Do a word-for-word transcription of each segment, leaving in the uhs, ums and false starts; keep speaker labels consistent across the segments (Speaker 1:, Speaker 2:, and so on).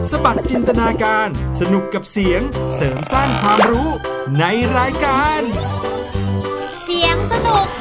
Speaker 1: สบัดจินตนาการสนุกกับเสียงเสริมสร้างความรู้ในรายการ
Speaker 2: เสียงสนุก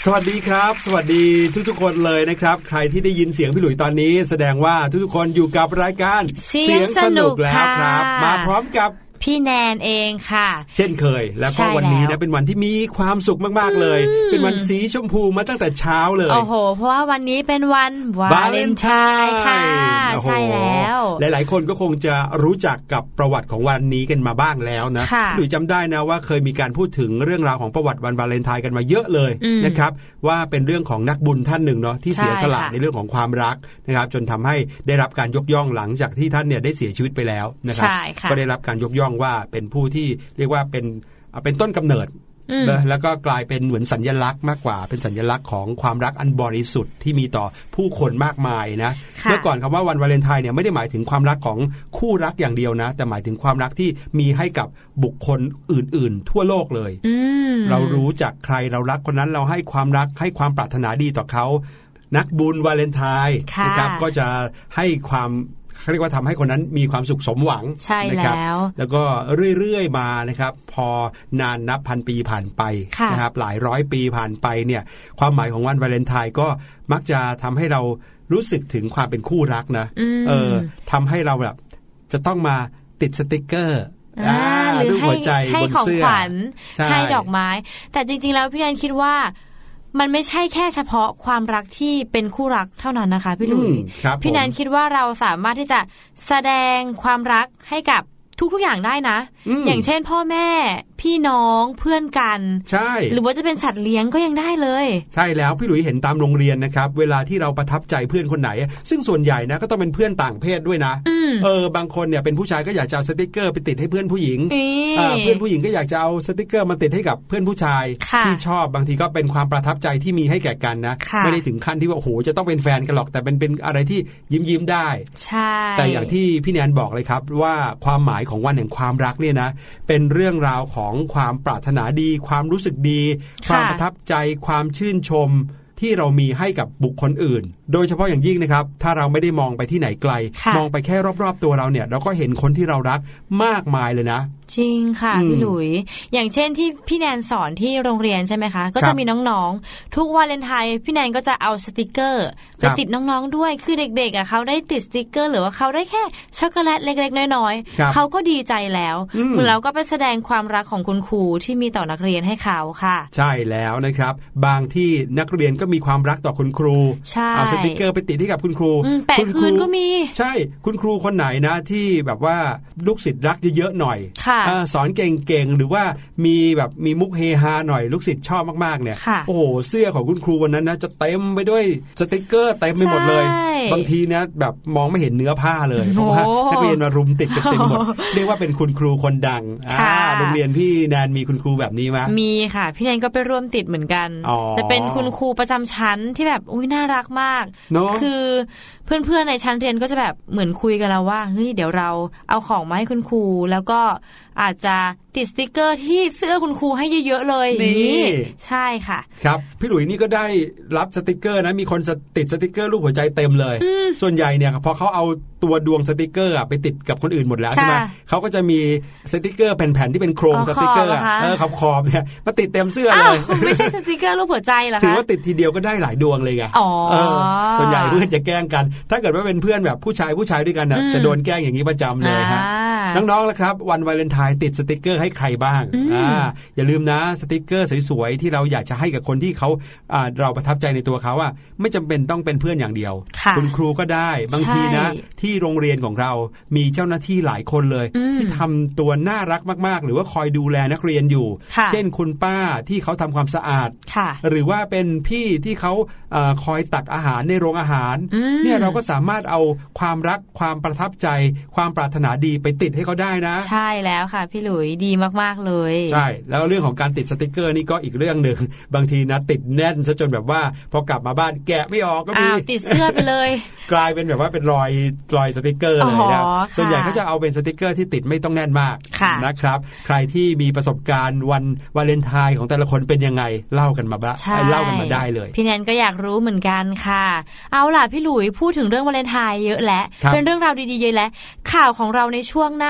Speaker 1: สวัสดีครับสวัสดีทุกๆคนเลยนะครับใครที่ได้ยินเสียงพี่หลุยตอนนี้แสดงว่าทุกๆคนอยู่กับรายการ
Speaker 2: เสียงสนุกแล้วครับ
Speaker 1: มาพร้อมกับ
Speaker 2: พี่แนนเองค่ะ
Speaker 1: เช่นเคยแล้วก็วันนี้นะเป็นวันที่มีความสุขมากๆเลยเป็นวันสีชมพูมาตั้งแต่เช้าเลย
Speaker 2: โอ้โหเพราะว่าวันนี้เป็นวันวาเลนไทน์ค่ะใช่แล้ว
Speaker 1: หลายๆคนก็คงจะรู้จักกับประวัติของวันนี้กันมาบ้างแล้วนะหรือจำได้นะว่าเคยมีการพูดถึงเรื่องราวของประวัติวันวาเลนไทน์กันมาเยอะเลยนะครับว่าเป็นเรื่องของนักบุญท่านหนึ่งเนาะที่เสียสละในเรื่องของความรักนะครับจนทำให้ได้รับการยกย่องหลังจากที่ท่านเนี่ยได้เสียชีวิตไปแล้วนะครับก็ได้รับการยกย่องว่าเป็นผู้ที่เรียกว่าเป็นเป็นต้นกำเนิดแล้วก็กลายเป็นเหมือนสัญลักษณ์มากกว่าเป็นสัญลักษณ์ของความรักอันบริสุทธิ์ที่มีต่อผู้คนมากมายนะเมื่อก่อนคำว่าวันวาเลนไทน์เนี่ยไม่ได้หมายถึงความรักของคู่รักอย่างเดียวนะแต่หมายถึงความรักที่มีให้กับบุคคลอื่นๆทั่วโลกเลยเรารู้จักใครเรารักคนนั้นเราให้ความรักให้ความปรารถนาดีต่อเขานักบุญวาเลนไทน์นะครับก็จะให้ความเขาเรียกว่าทำให้คนนั้นมีความสุขสมหวัง
Speaker 2: ใช่แล้ว
Speaker 1: แล้วก็เรื่อยๆมานะครับพอนานนับพันปีผ่านไปนะครับหลายร้อยปีผ่านไปเนี่ยความหมายของวันวาเลนไทน์ก็มักจะทำให้เรารู้สึกถึงความเป็นคู่รักนะเออทำให้เราแบบจะต้องมาติดสติกเกอร์
Speaker 2: หรือให้ให้ของขวัญให้ดอกไม้แต่จริงๆแล้วพี่แนนคิดว่ามันไม่ใช่แค่เฉพาะความรักที่เป็นคู่รักเท่านั้นนะคะพี่ลุยพี่แนนคิดว่าเราสามารถที่จะแสดงความรักให้กับทุกๆอย่างได้นะ อ, อย่างเช่นพ่อแม่พี่น้องเพื่อนกัน
Speaker 1: ใช่
Speaker 2: หรือว่าจะเป็นสัตว์เลี้ยงก็ยังได้เลย
Speaker 1: ใช่แล้วพี่หลุยเห็นตามโรงเรียนนะครับเวลาที่เราประทับใจเพื่อนคนไหนซึ่งส่วนใหญ่นะก็ต้องเป็นเพื่อนต่างเพศด้วยนะเออบางคนเนี่ยเป็นผู้ชายก็อยากจะเอาสติ๊กเกอร์ไปติดให้เพื่อนผู้หญิงเพื่อนผู้หญิงก็อยากจะเอาสติ๊กเกอร์มาติดให้กับเพื่อนผู้ชายที่ชอบบางทีก็เป็นความประทับใจที่มีให้แก่กันนะไม่ได้ถึงขั้นที่ว่าโอ้โหจะต้องเป็นแฟนกันหรอกแต่เป็นเป็นอะไรที่ยิ้มยิ้มได้
Speaker 2: ใช่
Speaker 1: แต่อย่างที่พี่แนนบอกเลยครับว่าความหมายของวันแห่งความรักเนี่ยนะเป็นเรื่องราวของความปรารถนาดีความรู้สึกดีความประทับใจความชื่นชมที่เรามีให้กับบุคคลอื่นโดยเฉพาะอย่างยิ่งนะครับถ้าเราไม่ได้มองไปที่ไหนไกลมองไปแค่รอบๆตัวเราเนี่ยเราก็เห็นคนที่เรารักมากมายเลยนะ
Speaker 2: จริงค่ะพี่หลุยอย่างเช่นที่พี่แนนสอนที่โรงเรียนใช่ไหมคะก็จะมีน้องๆทุกวาเลนไทน์พี่แนนก็จะเอาสติกเกอร์ไปติดน้องๆด้วยคือเด็กๆอ่ะเขาได้ติดสติกเกอร์หรือว่าเขาได้แค่ช็อกโกแลตเล็กๆน้อยๆเขาก็ดีใจแล้วเหมือนเราก็ไปแสดงความรักของคุณครูที่มีต่อนักเรียนให้เขาค่ะ
Speaker 1: ใช่แล้วนะครับบางที่นักเรียนก็มีความรักต่อคุณครูเอาสติกเกอร์ไปติดให้กับคุณครู
Speaker 2: แปะคืนก็มี
Speaker 1: ใช่คุณครูคนไหนนะที่แบบว่าลูกศิษย์รักเยอะๆหน่อยสอนเก่งๆหรือว่ามีแบบมีมุกเฮฮาหน่อยลูกศิษย์ชอบมากๆเนี่ยโอ้โหเสื้อของคุณครูวันนั้นนะจะเต็มไปด้วยสติกเกอร์เต็มไปหมดเลยบางทีเนี่ยแบบมองไม่เห็นเนื้อผ้าเลยเพราะว่านักเรียนมารุมติดกันเต็มหมดเรียกว่าเป็นคุณครูคนดังโรงเรียนพี่แนนมีคุณครูแบบนี้มั้ย
Speaker 2: มีค่ะพี่แนนก็ไปร่วมติดเหมือนกันจะเป็นคุณครูประจำชั้นที่แบบอุ๊ยน่ารักมากคือเพื่อนๆในชั้นเรียนก็จะแบบเหมือนคุยกันแล้วว่าเฮ้ยเดี๋ยวเราเอาของมาให้คุณครูแล้วก็อาจจะติดสติกเกอร์ที่เสื้อคุณครูให้เยอะๆเลยนี่ใช่ค่ะ
Speaker 1: ครับพี่หลุยนี่ก็ได้รับสติกเกอร์นะมีคนติดสติกเกอร์รูปหัวใจเต็มเลยส่วนใหญ่เนี่ยพอเขาเอาตัวดวงสติกเกอร์ไปติดกับคนอื่นหมดแล้วใช่ไหมเขาก็จะมีสติกเกอร์แผ่นๆที่เป็นโครงสติกเกอร์เออขอบๆเนี่ยมาติดเต็มเสื้อเลย
Speaker 2: ไม่ใช่สติกเกอร์รูปหัวใจเหรอคะ
Speaker 1: ถือว่าติดทีเดียวก็ได้หลายดวงเลยไงส่วนใหญ่เพื่อนจะแกล้งกันถ้าเกิดว่าเป็นเพื่อนแบบผู้ชายผู้ชายด้วยกันจะโดนแกล้งอย่างนี้ประจำเลยฮะน้องๆนะครับวันวาเลนไทน์ติดสติกเกอร์ให้ใครบ้างอ่าอย่าลืมนะสติกเกอร์สวยๆที่เราอยากจะให้กับคนที่เขาอ่าเราประทับใจในตัวเขาอ่ะไม่จำเป็นต้องเป็นเพื่อนอย่างเดียว คุณครูก็ได้บางทีนะที่โรงเรียนของเรามีเจ้าหน้าที่หลายคนเลยที่ทำตัวน่ารักมากๆหรือว่าคอยดูแลนักเรียนอยู่เช่นคุณป้าที่เขาทำความสะอาดหรือว่าเป็นพี่ที่เขาเอ่อคอยตักอาหารในโรงอาหารเนี่ยเราก็สามารถเอาความรักความประทับใจความปรารถนาดีไปติดให้เขาได้นะ
Speaker 2: ใช่แล้วค่ะพี่หลุยดีมากๆเลย
Speaker 1: ใช่แล้วเรื่องของการติดสติกเกอร์นี่ก็อีกเรื่องนึงบางทีนะติดแน่นซะจนแบบว่าพอกลับมาบ้านแกะไม่ออกก็มี
Speaker 2: ติดเสื้อไปเลย
Speaker 1: กลายเป็นแบบว่าเป็นรอยรอยสติกเกอร์เลยนะส่วนใหญ่เขาจะเอาเป็นสติกเกอร์ที่ติดไม่ต้องแน่นมากนะครับใครที่มีประสบการณ์วันวาเลนไทน์ของแต่ละคนเป็นยังไงเล่ากันมาบ้างเล่ากันมาได้เลย
Speaker 2: พี่แนนก็อยากรู้เหมือนกันค่ะเอาล่ะพี่หลุยพูดถึงเรื่องวาเลนไทน์เยอะแล้วเป็นเรื่องราวดีๆเยอะแล้วข่าวของเราในช่วงหน้า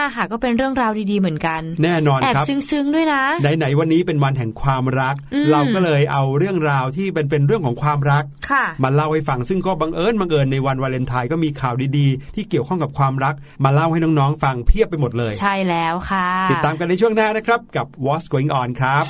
Speaker 2: ค่ะก็เป็นเรื่องราวดีๆเหมือนกัน
Speaker 1: แน่นอนครับ
Speaker 2: แอบซึ้งๆด้วยนะ
Speaker 1: ไหนๆวันนี้เป็นวันแห่งความรักเราก็เลยเอาเรื่องราวที่เป็นเป็นเรื่องของความรักมาเล่าให้ฟังซึ่งก็บังเอิญบังเอิญในวันวาเลนไทน์ก็มีข่าวดีๆที่เกี่ยวข้องกับความรักมาเล่าให้น้องๆฟังเพียบไปหมดเลย
Speaker 2: ใช่แล้วค่ะ
Speaker 1: ติดตามกันในช่วงหน้านะครับกับ What's Going On ครับ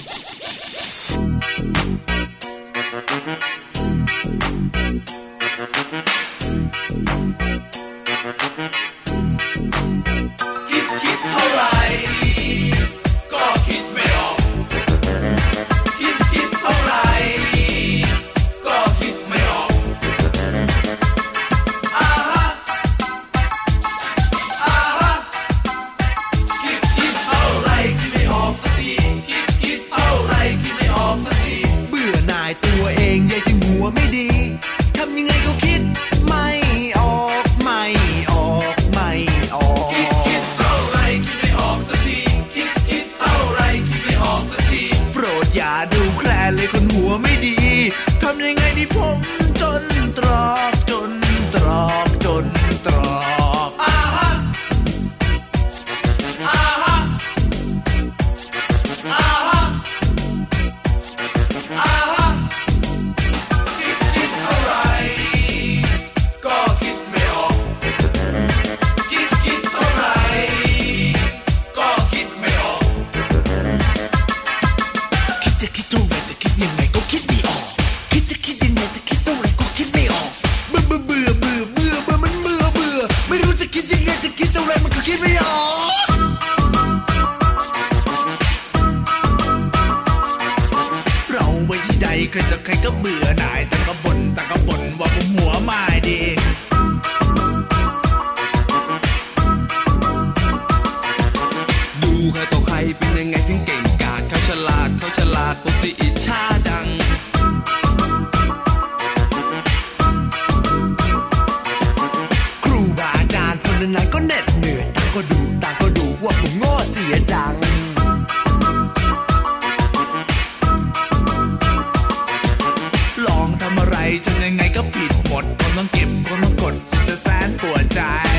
Speaker 3: ใครจะใครก็เบื่อหน่ายแต่ก็บ่นแต่ก็บ่นว่าผมหัวไม่ดีดูใครต่อใครเป็นยังไงถึงเก่งกาจเขาฉลาดเขาฉลาดผมสิอิจฉาจังครูบาอาจารย์คนนั้นก็เหน็ดเหนื่อยต่างก็ดูต่างก็ดูว่าผมโง่เสียจังจนยังไงก็ผิดหมดคนต้องเก็บคนต้องกดจะแสนปวดใจ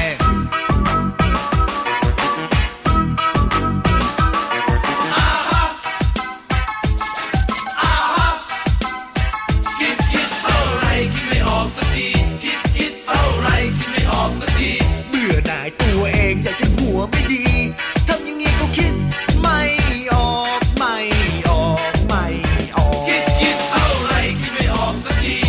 Speaker 3: คิดคิดเท่าไรคิดไม่ออกสักทีคิดคิดเท่าไรคิดไม่ออกสักทีเบื่อหน่ายตัวเองอยากจะหัวไม่ดีทำยังไงก็คิดไม่ออกไม่ออกไม่ออกคิดคิดเท่าไรคิดไม่ออกสักที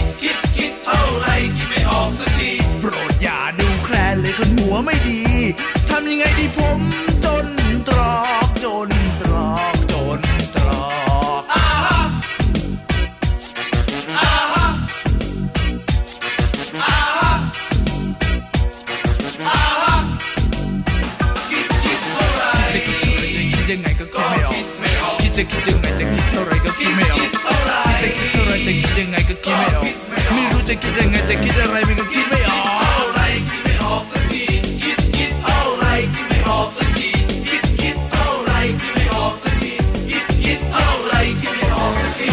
Speaker 3: โปรดอย่าดูแคลนเลยคนหัวไม่ดีทำยังไงดีผมจนตรอกจนตรอกจนตรอกอ่าฮะอ่าฮะอ่าฮะอ่าฮะคิดคิดเท่าไรจะคิดเท่าไรจะคิดยังไงก็คิดไม่ออกคิดจะคิดยังไงจะคิดเท่าไรก็คิดไม่ออกคิดจะคิดเท่าไรจะคิดยังไงก็คิดไม่ออกไม่รู้จะคิดยังไงจะคิดอะไรมันก็คิดไม่ออกอะไรคิดไม่ออกสักทีคิดคิดอะไรคิดไม่ออกสักทีคิดคิดอะไรคิดไม่ออกสักทีคิดคิดอะไรคิดไม่ออกสักที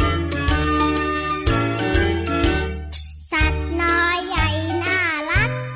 Speaker 4: สัตว์น้อยใหญ่น่ารัก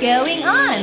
Speaker 4: going on?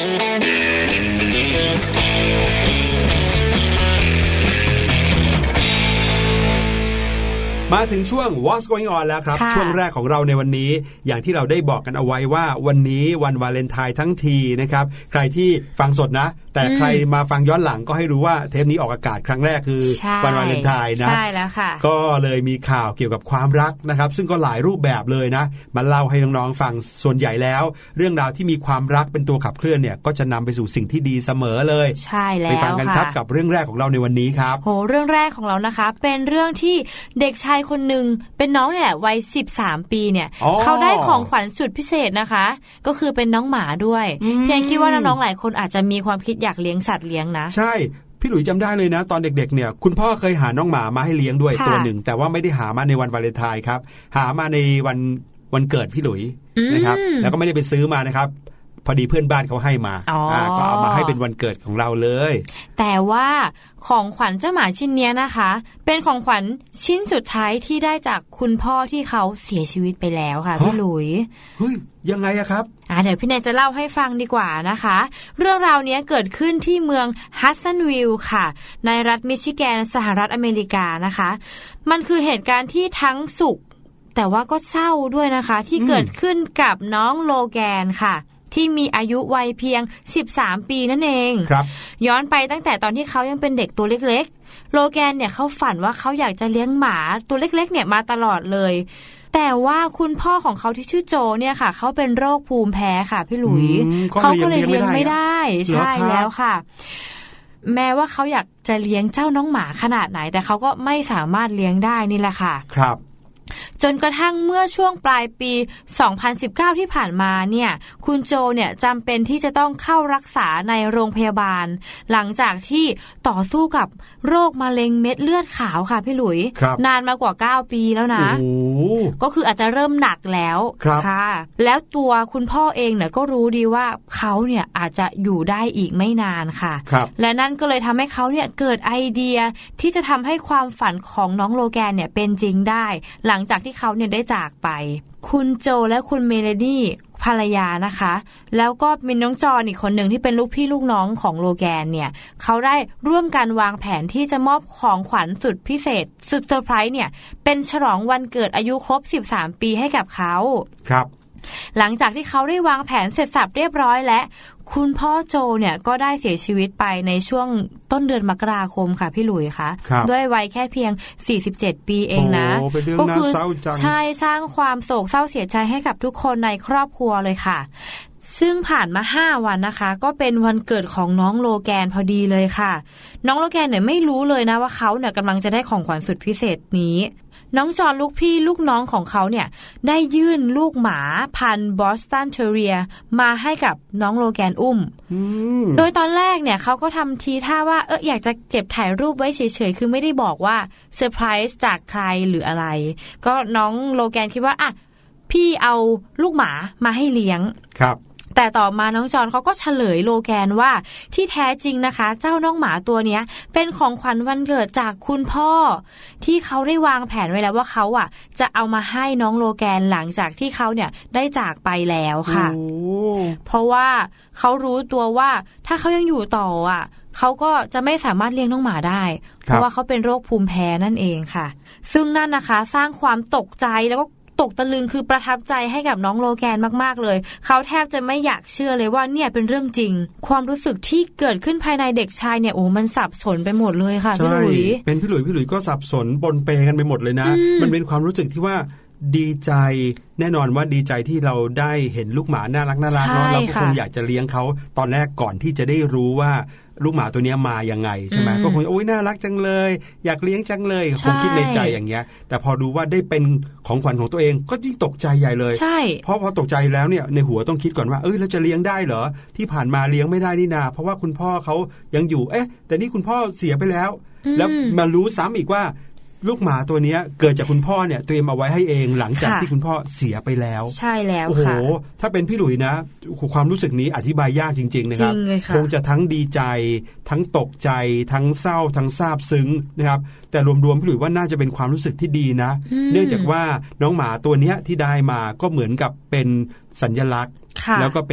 Speaker 1: มาถึงช่วง What's Going On แล้วครับช่วงแรกของเราในวันนี้อย่างที่เราได้บอกกันเอาไว้ว่าวันนี้วันวาเลนไทน์ทั้งทีนะครับใครที่ฟังสดนะแต่ใครมาฟังย้อนหลังก็ให้รู้ว่าเทปนี้ออกอากาศครั้งแรกคือวันวาเลนไทน์นะ
Speaker 2: ใช่แล้วค่ะ
Speaker 1: ก็เลยมีข่าวเกี่ยวกับความรักนะครับซึ่งก็หลายรูปแบบเลยนะมาเล่าให้น้องๆฟังส่วนใหญ่แล้วเรื่องราวที่มีความรักเป็นตัวขับเคลื่อนเนี่ยก็จะนำไปสู่สิ่งที่ดีเสมอเลย
Speaker 2: ใช่แล้ว
Speaker 1: ไปฟังกันครับกับเรื่องแรกของเราในวันนี้ครับ
Speaker 2: โหเรื่องแรกของเรานะคะเป็นเรื่องที่เด็กชายคนนึงเป็นน้องเนี่ยวัยสิบสามปีเนี่ยเขาได้ของขวัญสุดพิเศษนะคะก็คือเป็นน้องหมาด้วยเพียงคิดว่าน้องๆหลายคนอาจจะมีความคิดอยากเลี้ยงสัตว์เลี้ยงนะ
Speaker 1: ใช่พี่หลุยจำได้เลยนะตอนเด็กๆเนี่ยคุณพ่อเคยหาน้องหมามาให้เลี้ยงด้วยตัวหนึ่งแต่ว่าไม่ได้หามาในวันวาเลนไทน์ครับหามาในวันวันเกิดพี่หลุยนะครับแล้วก็ไม่ได้ไปซื้อมานะครับพอดีเพื่อนบ้านเขาให้มาก็เอามาให้เป็นวันเกิดของเราเลย
Speaker 2: แต่ว่าของขวัญเจ้าหมาชิ้นนี้นะคะเป็นของขวัญชิ้นสุดท้ายที่ได้จากคุณพ่อที่เขาเสียชีวิตไปแล้วค่ะพี่หลุย
Speaker 1: เฮ้ยยังไงอะครับ
Speaker 2: อ่าเดี๋ยวพี่แนนจะเล่าให้ฟังดีกว่านะคะเรื่องราวนี้เกิดขึ้นที่เมืองฮัดสันวิลล์ค่ะในรัฐมิชิแกนสหรัฐอเมริกานะคะมันคือเหตุการณ์ที่ทั้งสุขแต่ว่าก็เศร้าด้วยนะคะที่เกิดขึ้นกับน้องโลแกนค่ะที่มีอายุวัยเพียงสิบสามปีนั่นเอง
Speaker 1: ครับ
Speaker 2: ย้อนไปตั้งแต่ตอนที่เขายังเป็นเด็กตัวเล็กๆโลแกนเนี่ยเขาฝันว่าเขาอยากจะเลี้ยงหมาตัวเล็กๆเนี่ยมาตลอดเลยแต่ว่าคุณพ่อของเขาที่ชื่อโจเนี่ยค่ะเขาเป็นโรคภูมิแพ้ค่ะพี่หลุยเขาก็เลยเลี้ยงไม่ได้ใช่แล้วค่ะแม้ว่าเขาอยากจะเลี้ยงเจ้าน้องหมาขนาดไหนแต่เขาก็ไม่สามารถเลี้ยงได้นี่แหละค่ะ
Speaker 1: ครับ
Speaker 2: จนกระทั่งเมื่อช่วงปลายปีสองพันสิบเก้าที่ผ่านมาเนี่ยคุณโจเนี่ยจำเป็นที่จะต้องเข้ารักษาในโรงพยาบาลหลังจากที่ต่อสู้กับโรคมะเร็งเม็ดเลือดขาวค่ะพี่หลุยนานมากว่าเก้าปีแล้วนะก็คืออาจจะเริ่มหนักแล้วค่ะแล้วตัวคุณพ่อเองเนี่ยก็รู้ดีว่าเขาเนี่ยอาจจะอยู่ได้อีกไม่นานค่ะและนั่นก็เลยทำให้เขาเนี่ยเกิดไอเดียที่จะทำให้ความฝันของน้องโลแกนเนี่ยเป็นจริงได้หลังจากที่เขาเนี่ยได้จากไปคุณโจและคุณเมเลนี่ภรรยานะคะแล้วก็มีน้องจอนอีกคนหนึ่งที่เป็นลูกพี่ลูกน้องของโลแกนเนี่ยเขาได้ร่วมกันวางแผนที่จะมอบของขวัญสุดพิเศษสุดเซอร์ไพรส์เนี่ยเป็นฉลองวันเกิดอายุครบสิบสามปีให้กับเขา
Speaker 1: ครับ
Speaker 2: หลังจากที่เขาได้วางแผนเสร็จสับเรียบร้อยและคุณพ่อโจเนี่ยก็ได้เสียชีวิตไปในช่วงต้นเดือนมกราคมค่ะพี่หลุยคะด้วยวัยแค่เพียงสี่สิบเจ็ดปีเองนะ
Speaker 1: ก็คือ
Speaker 2: ใช่สร้างความโศกเศร้าเสียใจให้กับทุกคนในครอบครัวเลยค่ะซึ่งผ่านมาห้าวันนะคะก็เป็นวันเกิดของน้องโลแกนพอดีเลยค่ะน้องโลแกนเนี่ยไม่รู้เลยนะว่าเขาเนี่ยกำลังจะได้ของขวัญสุดพิเศษนี้น้องจอนลูกพี่ลูกน้องของเขาเนี่ยได้ยื่นลูกหมาพันธุ์บอสตันเทอเรียมาให้กับน้องโลแกนอุ้มโดยตอนแรกเนี่ยเขาก็ทำทีท่าว่าเอออยากจะเก็บถ่ายรูปไว้เฉยๆคือไม่ได้บอกว่าเซอร์ไพรส์จากใครหรืออะไรก็น้องโลแกนคิดว่าอ่ะพี่เอาลูกหมามาให้เลี้ยง
Speaker 1: ครับ
Speaker 2: แต่ต่อมาน้องจอนเขาก็เฉลยโลแกนว่าที่แท้จริงนะคะเจ้าน้องหมาตัวเนี้ยเป็นของขวัญวันเกิดจากคุณพ่อที่เขาได้วางแผนไว้แล้วว่าเขาอ่ะจะเอามาให้น้องโลแกนหลังจากที่เขาเนี่ยได้จากไปแล้วค่ะเพราะว่าเขารู้ตัวว่าถ้าเขายังอยู่ต่ออ่ะเขาก็จะไม่สามารถเลี้ยงน้องหมาได้เพราะว่าเขาเป็นโรคภูมิแพ้นั่นเองค่ะซึ่งนั่นนะคะสร้างความตกใจแล้วก็ตกตะลึงคือประทับใจให้กับน้องโลแกนมากๆเลยเขาแทบจะไม่อยากเชื่อเลยว่าเนี่ยเป็นเรื่องจริงความรู้สึกที่เกิดขึ้นภายในเด็กชายเนี่ยโอ้มันสับสนไปหมดเลยค่ะพี่หลุย
Speaker 1: เป็นพี่หลุยพี่หลุยก็สับสนปนเปกันไปหมดเลยนะ ม, มันเป็นความรู้สึกที่ว่าดีใจแน่นอนว่าดีใจที่เราได้เห็นลูกหมาน่ารักน่ารักเนาะเราก็คงอยากจะเลี้ยงเขาตอนแรกก่อนที่จะได้รู้ว่าลูกหมาตัวนี้มายังไงใช่ไหมก็คงโอ๊ยน่ารักจังเลยอยากเลี้ยงจังเลยคงคิดในใจอย่างเงี้ยแต่พอดูว่าได้เป็นของขวัญของตัวเองก็ยิ่งตกใจใหญ่เลยเพราะพอตกใจแล้วเนี่ยในหัวต้องคิดก่อนว่าเอ้ยเราจะเลี้ยงได้เหรอที่ผ่านมาเลี้ยงไม่ได้นี่นาเพราะว่าคุณพ่อเขายังอยู่เอ๊ะแต่นี่คุณพ่อเสียไปแล้วแล้วมารู้ซ้ำอีกว่าลูกหมาตัวนี้เกิดจากคุณพ่อเนี่ยเตรียมเอาไว้ให้เองหลังจากที่คุณพ่อเสียไปแล้ว
Speaker 2: ใช่แล้ว
Speaker 1: ค่ะโอ้โหถ้าเป็นพี่หลุยนะความรู้สึกนี้อธิบายยากจริงๆนะครับคงจะทั้งดีใจทั้งตกใจทั้งเศร้าทั้งซาบซึ้งนะครับแต่รวมๆพี่หลุยว่าน่าจะเป็นความรู้สึกที่ดีนะเนื่องจากว่าน้องหมาตัวนี้ที่ได้มาก็เหมือนกับเป็นสัญลักษณ์แล้วก็เป็น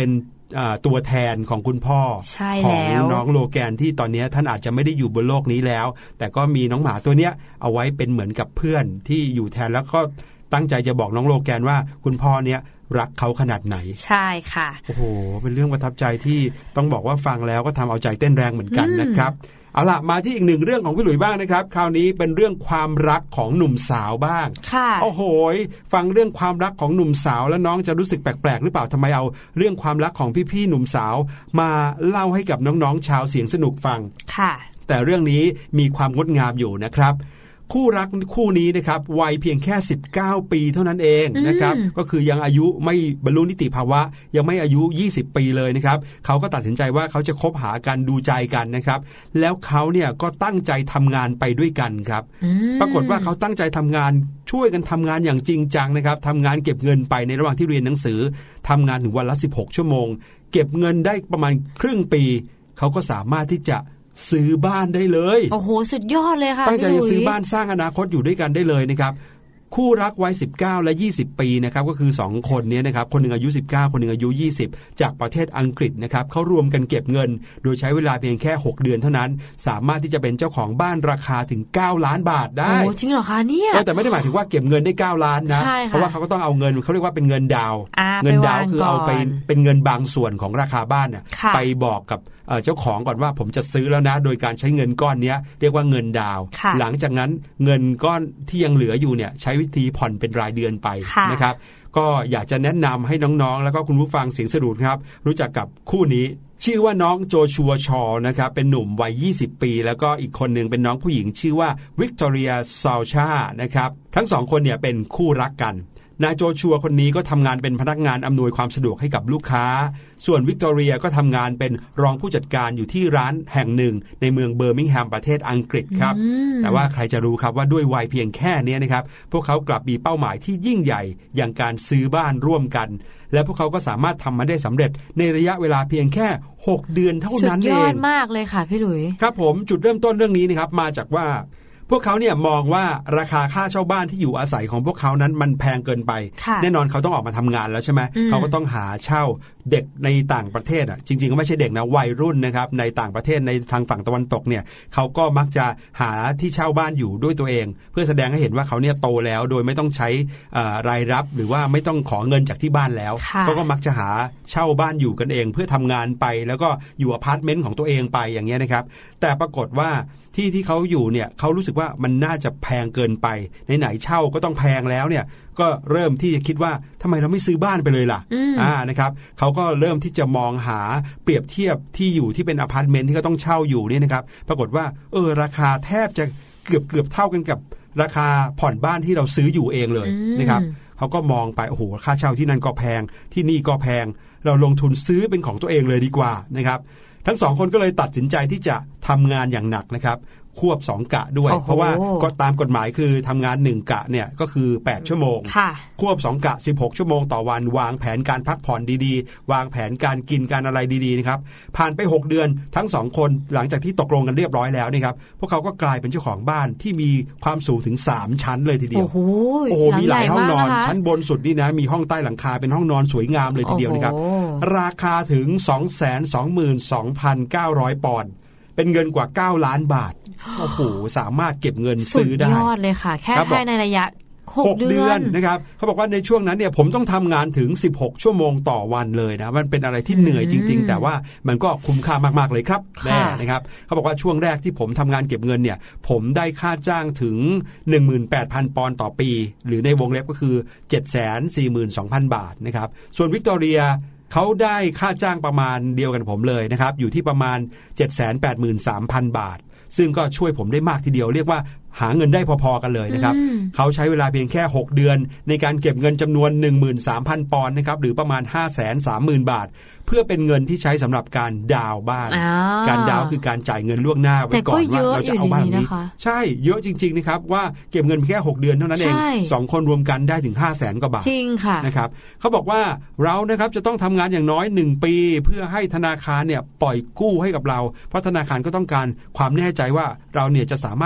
Speaker 1: ตัวแทนของคุณพ่อของน้องโลแกนที่ตอนนี้ท่านอาจจะไม่ได้อยู่บนโลกนี้แล้วแต่ก็มีน้องหมาตัวเนี้ยเอาไว้เป็นเหมือนกับเพื่อนที่อยู่แทนแล้วก็ตั้งใจจะบอกน้องโลแกนว่าคุณพ่อเนี้ยรักเขาขนาดไหน
Speaker 2: ใช่ค่ะ
Speaker 1: โอ้โหเป็นเรื่องประทับใจที่ต้องบอกว่าฟังแล้วก็ทำเอาใจเต้นแรงเหมือนกันนะครับเอาล่ะมาที่อีกหนึ่งเรื่องของพี่หลุยบ้างนะครับคราวนี้เป็นเรื่องความรักของหนุ่มสาวบ้าง
Speaker 2: ค่ะ
Speaker 1: โอ้โหฟังเรื่องความรักของหนุ่มสาวแล้วน้องจะรู้สึกแปลกๆหรือเปล่าทำไมเอาเรื่องความรักของพี่ๆหนุ่มสาวมาเล่าให้กับน้องๆชาวเสียงสนุกฟัง
Speaker 2: ค่ะ
Speaker 1: แต่เรื่องนี้มีความงดงามอยู่นะครับคู่รักคู่นี้นะครับวัยเพียงแค่สิบเก้าปีเท่านั้นเองนะครับก็คือยังอายุไม่บรรลุนิติภาวะยังไม่อายุยี่สิบปีเลยนะครับเขาก็ตัดสินใจว่าเขาจะคบหากันดูใจกันนะครับแล้วเขาเนี่ยก็ตั้งใจทำงานไปด้วยกันครับปรากฏว่าเขาตั้งใจทำงานช่วยกันทำงานอย่างจริงจังนะครับทำงานเก็บเงินไปในระหว่างที่เรียนหนังสือทำงานถึงวันละสิบหกชั่วโมงเก็บเงินได้ประมาณครึ่งปีเขาก็สามารถที่จะซื้อบ้านได้เลย
Speaker 2: โอ้โหสุดยอดเลยค่ะ
Speaker 1: ตั้งใจจะซื้อบ้านสร้างอนาคตอยู่ด้วยกันได้เลยนะครับคู่รักวัยสิบเก้าและยี่สิบปีนะครับก็คือสองคนนี้นะครับคนหนึ่งอายุสิบเก้าคนหนึ่งอายุยี่สิบจากประเทศอังกฤษนะครับเขารวมกันเก็บเงินโดยใช้เวลาเพียงแค่หกเดือนเท่านั้นสามารถที่จะเป็นเจ้าของบ้านราคาถึงเก้าล้านบาทได้
Speaker 2: โอ้จริงเหรอคะเนี่ย
Speaker 1: แต่ไม่ได้หมายถึงว่าเก็บเงินได้เก้าล้านนะเพราะว่าเขาก็ต้องเอาเงินเขาเรียกว่าเป็นเงินดาวเงินดาวคือเอาไปเป็นเงินบางส่วนของราคาบ้านน่ะไปบอกกับเจ้าของก่อนว่าผมจะซื้อแล้วนะโดยการใช้เงินก้อนนี้เรียกว่าเงินดาวหลังจากนั้นเงินก้อนที่ยังเหลืออยู่เนี่ยใช้วิธีผ่อนเป็นรายเดือนไปนะครับก็อยากจะแนะนำให้น้องๆแล้วก็คุณผู้ฟังเสียงสะดุดครับรู้จักกับคู่นี้ชื่อว่าน้องโจชัวชอนะครับเป็นหนุ่มวัยยี่สิบปีแล้วก็อีกคนหนึ่งเป็นน้องผู้หญิงชื่อว่าวิกตอเรียซาลชานะครับทั้งสองคนเนี่ยเป็นคู่รักกันนายโจชัวคนนี้ก็ทำงานเป็นพนักงานอำนวยความสะดวกให้กับลูกค้าส่วนวิกตอเรียก็ทำงานเป็นรองผู้จัดการอยู่ที่ร้านแห่งหนึ่งในเมืองเบอร์มิงแฮมประเทศอังกฤษครับแต่ว่าใครจะรู้ครับว่าด้วยวัยเพียงแค่นี้นะครับพวกเขากลับมีเป้าหมายที่ยิ่งใหญ่อย่างการซื้อบ้านร่วมกันและพวกเขาก็สามารถทำมาได้สำเร็จในระยะเวลาเพียงแค่หกเดือนเท่านั้นเองสุดยอด
Speaker 2: มากเลยค่ะพี่หลุย
Speaker 1: ครับผมจุดเริ่มต้นเรื่องนี้นะครับมาจากว่าพวกเขาเนี่ยมองว่าราคาค่าเช่าบ้านที่อยู่อาศัยของพวกเขานั้นมันแพงเกินไปแน่นอนเขาต้องออกมาทำงานแล้วใช่ไหมเขาก็ต้องหาเช่าเด็กในต่างประเทศอ่ะจริงๆก็ไม่ใช่เด็กนะวัยรุ่นนะครับในต่างประเทศในทางฝั่งตะวันตกเนี่ยเขาก็มักจะหาที่เช่าบ้านอยู่ด้วยตัวเองเพื่อแสดงให้เห็นว่าเขาเนี่ยโตแล้วโดยไม่ต้องใช้รายรับหรือว่าไม่ต้องขอเงินจากที่บ้านแล้วเขาก็มักจะหาเช่าบ้านอยู่กันเองเพื่อทำงานไปแล้วก็อยู่อพาร์ตเมนต์ของตัวเองไปอย่างเงี้ยนะครับแต่ปรากฏว่าที่ที่เขาอยู่เนี่ยเขารู้สึกว่ามันน่าจะแพงเกินไปไหนๆเช่าก็ต้องแพงแล้วเนี่ยก็เริ่มที่จะคิดว่าทำไมเราไม่ซื้อบ้านไปเลยล่ะอ่านะครับเขาก็เริ่มที่จะมองหาเปรียบเทียบที่อยู่ที่เป็นอพาร์ตเมนต์ที่เขาต้องเช่าอยู่เนี่ยนะครับปรากฏว่าเออราคาแทบจะเกือบเกือบเท่ากันกับราคาผ่อนบ้านที่เราซื้ออยู่เองเลยนะครับเขาก็มองไปโอ้โหค่าเช่าที่นั่นก็แพงที่นี่ก็แพงเราลงทุนซื้อเป็นของตัวเองเลยดีกว่านะครับทั้งสองคนก็เลยตัดสินใจที่จะทำงานอย่างหนักนะครับควบสองกะด้วยเพราะว่าก็ตามกฎหมายคือทำงานหนึ่งกะเนี่ยก็คือแปดชั่วโมงควบสองกะสิบหกชั่วโมงต่อวันวางแผนการพักผ่อนดีๆวางแผนการกินการอะไรดีๆนะครับผ่านไปหกเดือนทั้งสองคนหลังจากที่ตกลงกันเรียบร้อยแล้วนี่ครับพวกเขาก็กลายเป็นเจ้าของบ้านที่มีความสูงถึงสามชั้นเลยทีเดียวโอ้โหโอ้โหมีหลายห้องนอนชั้นบนสุดนี่นะมีห้องใต้หลังคาเป็นห้องนอนสวยงามเลยทีเดียวนะครับราคาถึง สองแสนสองหมื่นสองพันเก้าร้อย ปอนด์เป็นเงินกว่าเก้าล้านบาทโอ้โหสามารถเก็บเงินซื้อได้
Speaker 2: สุดยอดเลยค่ะแค่ภายในระยะหกเดือน
Speaker 1: นะครับเขาบอกว่าในช่วงนั้นเนี่ยผมต้องทำงานถึงสิบหกชั่วโมงต่อวันเลยนะมันเป็นอะไรที่เหนื่อยจริงๆแต่ว่ามันก็คุ้มค่ามากๆเลยครับแม่นะครับเขาบอกว่าช่วงแรกที่ผมทำงานเก็บเงินเนี่ยผมได้ค่าจ้างถึง หนึ่งหมื่นแปดพัน ปอนด์ต่อปีหรือในวงเล็บก็คือ เจ็ดแสนสี่หมื่นสองพัน บาทนะครับส่วนวิกตอเรียเขาได้ค่าจ้างประมาณเดียวกันผมเลยนะครับอยู่ที่ประมาณ เจ็ดแสนแปดหมื่นสามพัน บาทซึ่งก็ช่วยผมได้มากทีเดียวเรียกว่าหาเงินได้พอๆกันเลยนะครับเขาใช้เวลาเพียงแค่หกเดือนในการเก็บเงินจำนวน หนึ่งหมื่นสามพัน ปอนด์นะครับหรือประมาณ ห้าแสนสามหมื่น บาทเพื่อเป็นเงินที่ใช้สำหรับการดาวน์บ้านการดาวน์คือการจ่ายเงินล่วงหน้าไว้ก่อนว่าเราจะเอาบ้านนี้ใช่เยอะจริงๆนะครับว่าเก็บเงินแค่หกเดือนเท่านั้นเองสองคนรวมกันได้ถึง ห้าแสน กว่าบาท
Speaker 2: จริงค่ะ
Speaker 1: นะครับเขาบอกว่าเรานะครับจะต้องทำงานอย่างน้อยหนึ่งปีเพื่อให้ธนาคารเนี่ยปล่อยกู้ให้กับเราเพราะธนาคารก็ต้องการความแน่ใจว่าเราเนี่ยจะสามารถ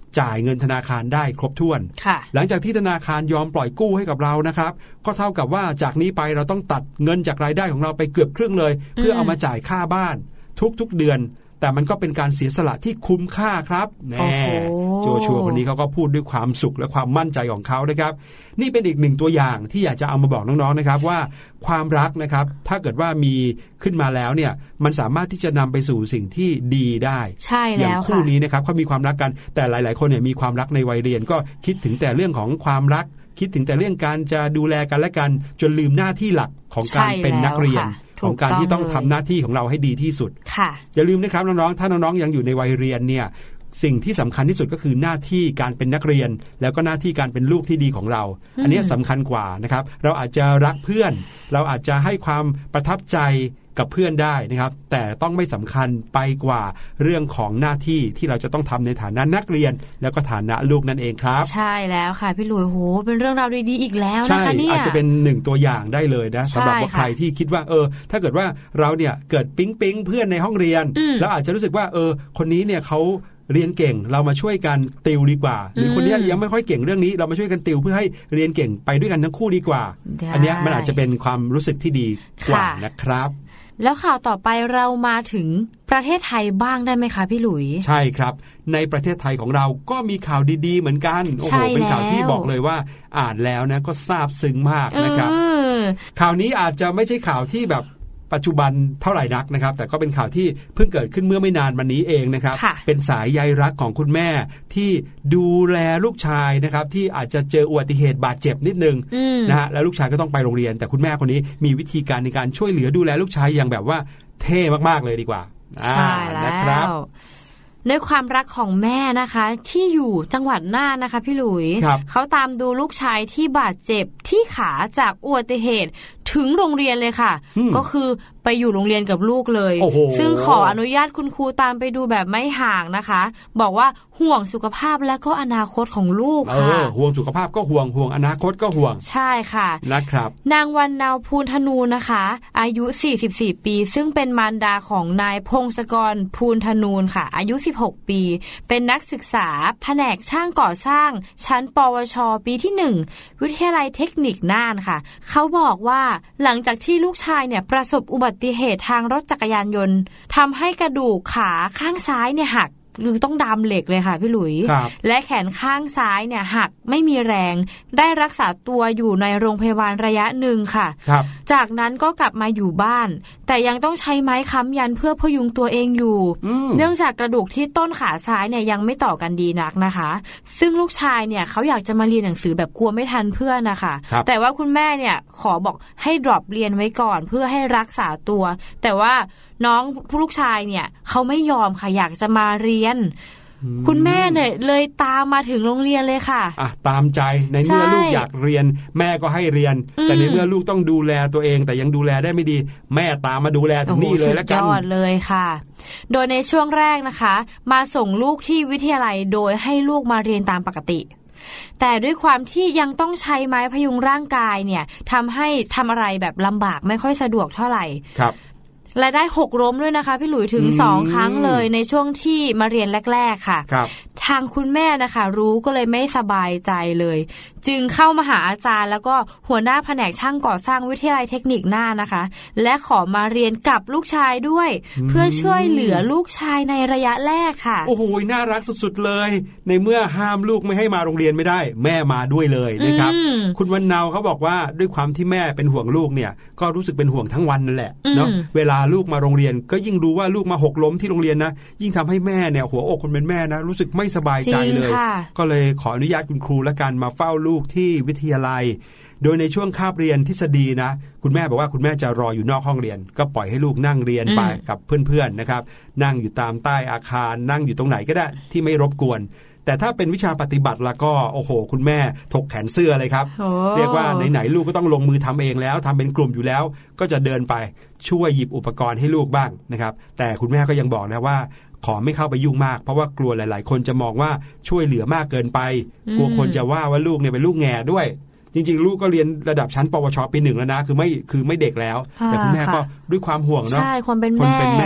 Speaker 1: จ่ายเงินธนาคารได้ครบถ้วนหลังจากที่ธนาคารยอมปล่อยกู้ให้กับเรานะครับก็เท่ากับว่าจากนี้ไปเราต้องตัดเงินจากรายได้ของเราไปเกือบครึ่งเลยเพื่อเอามาจ่ายค่าบ้านทุกๆเดือนแต่มันก็เป็นการเสียสละที่คุ้มค่าครับแน่โจชัวคนนี้เขาก็พูดด้วยความสุขและความมั่นใจของเขานะครับนี่เป็นอีกหนึ่งตัวอย่างที่อยากจะเอามาบอกน้องๆนะครับว่าความรักนะครับถ้าเกิดว่ามีขึ้นมาแล้วเนี่ยมันสามารถที่จะนำไปสู่สิ่งที่ดีได้
Speaker 2: ใช่แล้ว
Speaker 1: อย่างคู่นี้นะครับเขามีความรักกันแต่หลายๆคนเนี่ยมีความรักในวัยเรียนก็คิดถึงแต่เรื่องของความรักคิดถึงแต่เรื่องการจะดูแลกันและกันจนลืมหน้าที่หลักของการเป็นนักเรียนของการที่ต้องทำหน้าที่ของเราให้ดีที่สุดอย่าลืมนะครับน้องๆถ้าน้องๆยังอยู่ในวัยเรียนเนี่ยสิ่งที่สำคัญที่สุดก็คือหน้าที่การเป็นนักเรียนแล้วก็หน้าที่การเป็นลูกที่ดีของเราอันนี้สำคัญกว่านะครับเราอาจจะรักเพื่อนเราอาจจะให้ความประทับใจกับเพื่อนได้นะครับแต่ต้องไม่สำคัญไปกว่าเรื่องของหน้าที่ที่เราจะต้องทำในฐานะนักเรียนแล้วก็ฐานะลูกนั่นเองครับ
Speaker 2: ใช่แล้วค่ะพี่หลุยโหเป็นเรื่องราวดีๆอีกแล้วนะคะเนี่ย
Speaker 1: อาจจะเป็นหนึ่งตัวอย่างได้เลยนะสำหรับว่าใครที่คิดว่าเออถ้าเกิดว่าเราเนี่ยเกิดปิ๊งปิ๊งเพื่อนในห้องเรียนแล้วอาจจะรู้สึกว่าเออคนนี้เนี่ยเขาเรียนเก่งเรามาช่วยกันติวดีกว่าหรือคนนี้ยังไม่ค่อยเก่งเรื่องนี้เรามาช่วยกันติวเพื่อให้เรียนเก่งไปด้วยกันทั้งคู่ดีกว่าอันนี้มันอาจจะเป็นความรู้สึกที่ดีกว่านะครับ
Speaker 2: แล้วข่าวต่อไปเรามาถึงประเทศไทยบ้างได้ไหมคะพี่หลุย
Speaker 1: ใช่ครับในประเทศไทยของเราก็มีข่าวดีๆเหมือนกันโอ้โหเป็นข่าวที่บอกเลยว่าอ่านแล้วนะก็ซาบซึ้งมากนะครับข่าวนี้อาจจะไม่ใช่ข่าวที่แบบปัจจุบันเท่าไหร่นักนะครับแต่ก็เป็นข่าวที่เพิ่งเกิดขึ้นเมื่อไม่นานมานี้เองนะครับเป็นสายใยรักของคุณแม่ที่ดูแลลูกชายนะครับที่อาจจะเจออุบัติเหตุบาดเจ็บนิดนึงนะฮะแล้วลูกชายก็ต้องไปโรงเรียนแต่คุณแม่คนนี้มีวิธีการในการช่วยเหลือดูแลลูกชายอย่างแบบว่าเท่มากๆเลยดีกว่า
Speaker 2: ใช่แล้วในความรักของแม่นะคะที่อยู่จังหวัดน่านนะคะพี่หลุยเขาตามดูลูกชายที่บาดเจ็บที่ขาจากอุบัติเหตุถึงโรงเรียนเลยค่ะก็คือไปอยู่โรงเรียนกับลูกเลยซึ่งขออนุญาตคุณครูตามไปดูแบบไม่ห่างนะคะบอกว่าห่วงสุขภาพและก็อนาคตของลูกค่ะ
Speaker 1: ห่วงสุขภาพก็ห่วงห่วงอนาคตก็ห่วง
Speaker 2: ใช่ค่ะ
Speaker 1: นะครับ
Speaker 2: นางวรรณนาวภูลธนูนะคะอายุสี่สิบสี่ปีซึ่งเป็นมารดาของนายพงศกรภูลธนูค่ะอายุสิบหกปีเป็นนักศึกษาแผนกช่างก่อสร้างชั้นปวชปีที่หนึ่งวิทยาลัยเทคนิคน่านค่ะเขาบอกว่าหลังจากที่ลูกชายเนี่ยประสบอุบัติเหตุทางรถจักรยานยนต์ทำให้กระดูกขาข้างซ้ายเนี่ยหักหรือต้องดามเหล็กเลยค่ะพี่หลุยและแขนข้างซ้ายเนี่ยหักไม่มีแรงได้รักษาตัวอยู่ในโรงพยาบาลระยะหนึ่งค่ะจากนั้นก็กลับมาอยู่บ้านแต่ยังต้องใช้ไม้ค้ำยันเพื่อพยุงตัวเองอยู่เนื่องจากกระดูกที่ต้นขาซ้ายเนี่ยยังไม่ต่อกันดีนักนะคะซึ่งลูกชายเนี่ยเขาอยากจะมาเรียนหนังสือแบบกลัวไม่ทันเพื่อนนะคะแต่ว่าคุณแม่เนี่ยขอบอกให้ดรอปเรียนไว้ก่อนเพื่อให้รักษาตัวแต่ว่าน้องผู้ลูกชายเนี่ยเขาไม่ยอมค่ะอยากจะมาเรียนคุณแม่เนี่ยเลยตามมาถึงโรงเรียนเลยค่ะ
Speaker 1: อ่ะตามใจในเมื่อลูกอยากเรียนแม่ก็ให้เรียนแต่ในเมื่อลูกต้องดูแลตัวเองแต่ยังดูแลได้ไม่ดีแม่ตามมาดูแลถึงนี่เลยแล้วกัน
Speaker 2: ยอดเลยค่ะโดยในช่วงแรกนะคะมาส่งลูกที่วิทยาลัยโดยให้ลูกมาเรียนตามปกติแต่ด้วยความที่ยังต้องใช้ไม้พยุงร่างกายเนี่ยทำให้ทำอะไรแบบลำบากไม่ค่อยสะดวกเท่าไหร่
Speaker 1: ครับ
Speaker 2: และได้หกล้มด้วยนะคะพี่หลุยถึงสองครั้งเลยในช่วงที่มาเรียนแรกๆค่ะทางคุณแม่นะคะรู้ก็เลยไม่สบายใจเลยจึงเข้ามาหาอาจารย์แล้วก็หัวหน้าแผนกช่างก่อสร้างวิทยาลัยเทคนิคน่านนะคะและขอมาเรียนกับลูกชายด้วยเพื่อช่วยเหลือลูกชายในระยะแรกค่ะ
Speaker 1: โอ้โหน่ารักสุดๆเลยในเมื่อห้ามลูกไม่ให้มาโรงเรียนไม่ได้แม่มาด้วยเลยนะครับคุณวรรณนาวเขาบอกว่าด้วยความที่แม่เป็นห่วงลูกเนี่ยก็รู้สึกเป็นห่วงทั้งวันนั่นแหละเนาะเวลาลูกมาโรงเรียนก็ยิ่งรู้ว่าลูกมาหกล้มที่โรงเรียนนะยิ่งทำให้แม่เนี่ยหัวอกคนเป็นแม่นะรู้สึกไม่สบายใจเลยก็เลยขออนุญาตคุณครูและกันมาเฝ้าลูกที่วิทยาลัยโดยในช่วงคาบเรียนทฤษฎีนะคุณแม่บอกว่าคุณแม่จะรออยู่นอกห้องเรียนก็ปล่อยให้ลูกนั่งเรียนไปกับเพื่อนๆนะครับนั่งอยู่ตามใต้อาคารนั่งอยู่ตรงไหนก็ได้ที่ไม่รบกวนแต่ถ้าเป็นวิชาปฏิบัติแล้วก็โอ้โหคุณแม่ถกแขนเสื้อเลยครับเรียกว่าไหนๆลูกก็ต้องลงมือทำเองแล้วทำเป็นกลุ่มอยู่แล้วก็จะเดินไปช่วยหยิบอุปกรณ์ให้ลูกบ้างนะครับแต่คุณแม่ก็ยังบอกนะว่าขอไม่เข้าไปยุ่งมากเพราะว่ากลัวหลายๆคนจะมองว่าช่วยเหลือมากเกินไปกลัวคนจะว่าว่าลูกเนี่ยเป็นลูกแง่ด้วยจริงๆลูกก็เรียนระดับชั้นปวชปีหนึ่งแล้วนะคือไม่คือไม่เด็กแล้วแต่คุณแม่ก็ด้วยความห่วงเนาะ
Speaker 2: ใช่ความเป็นแม่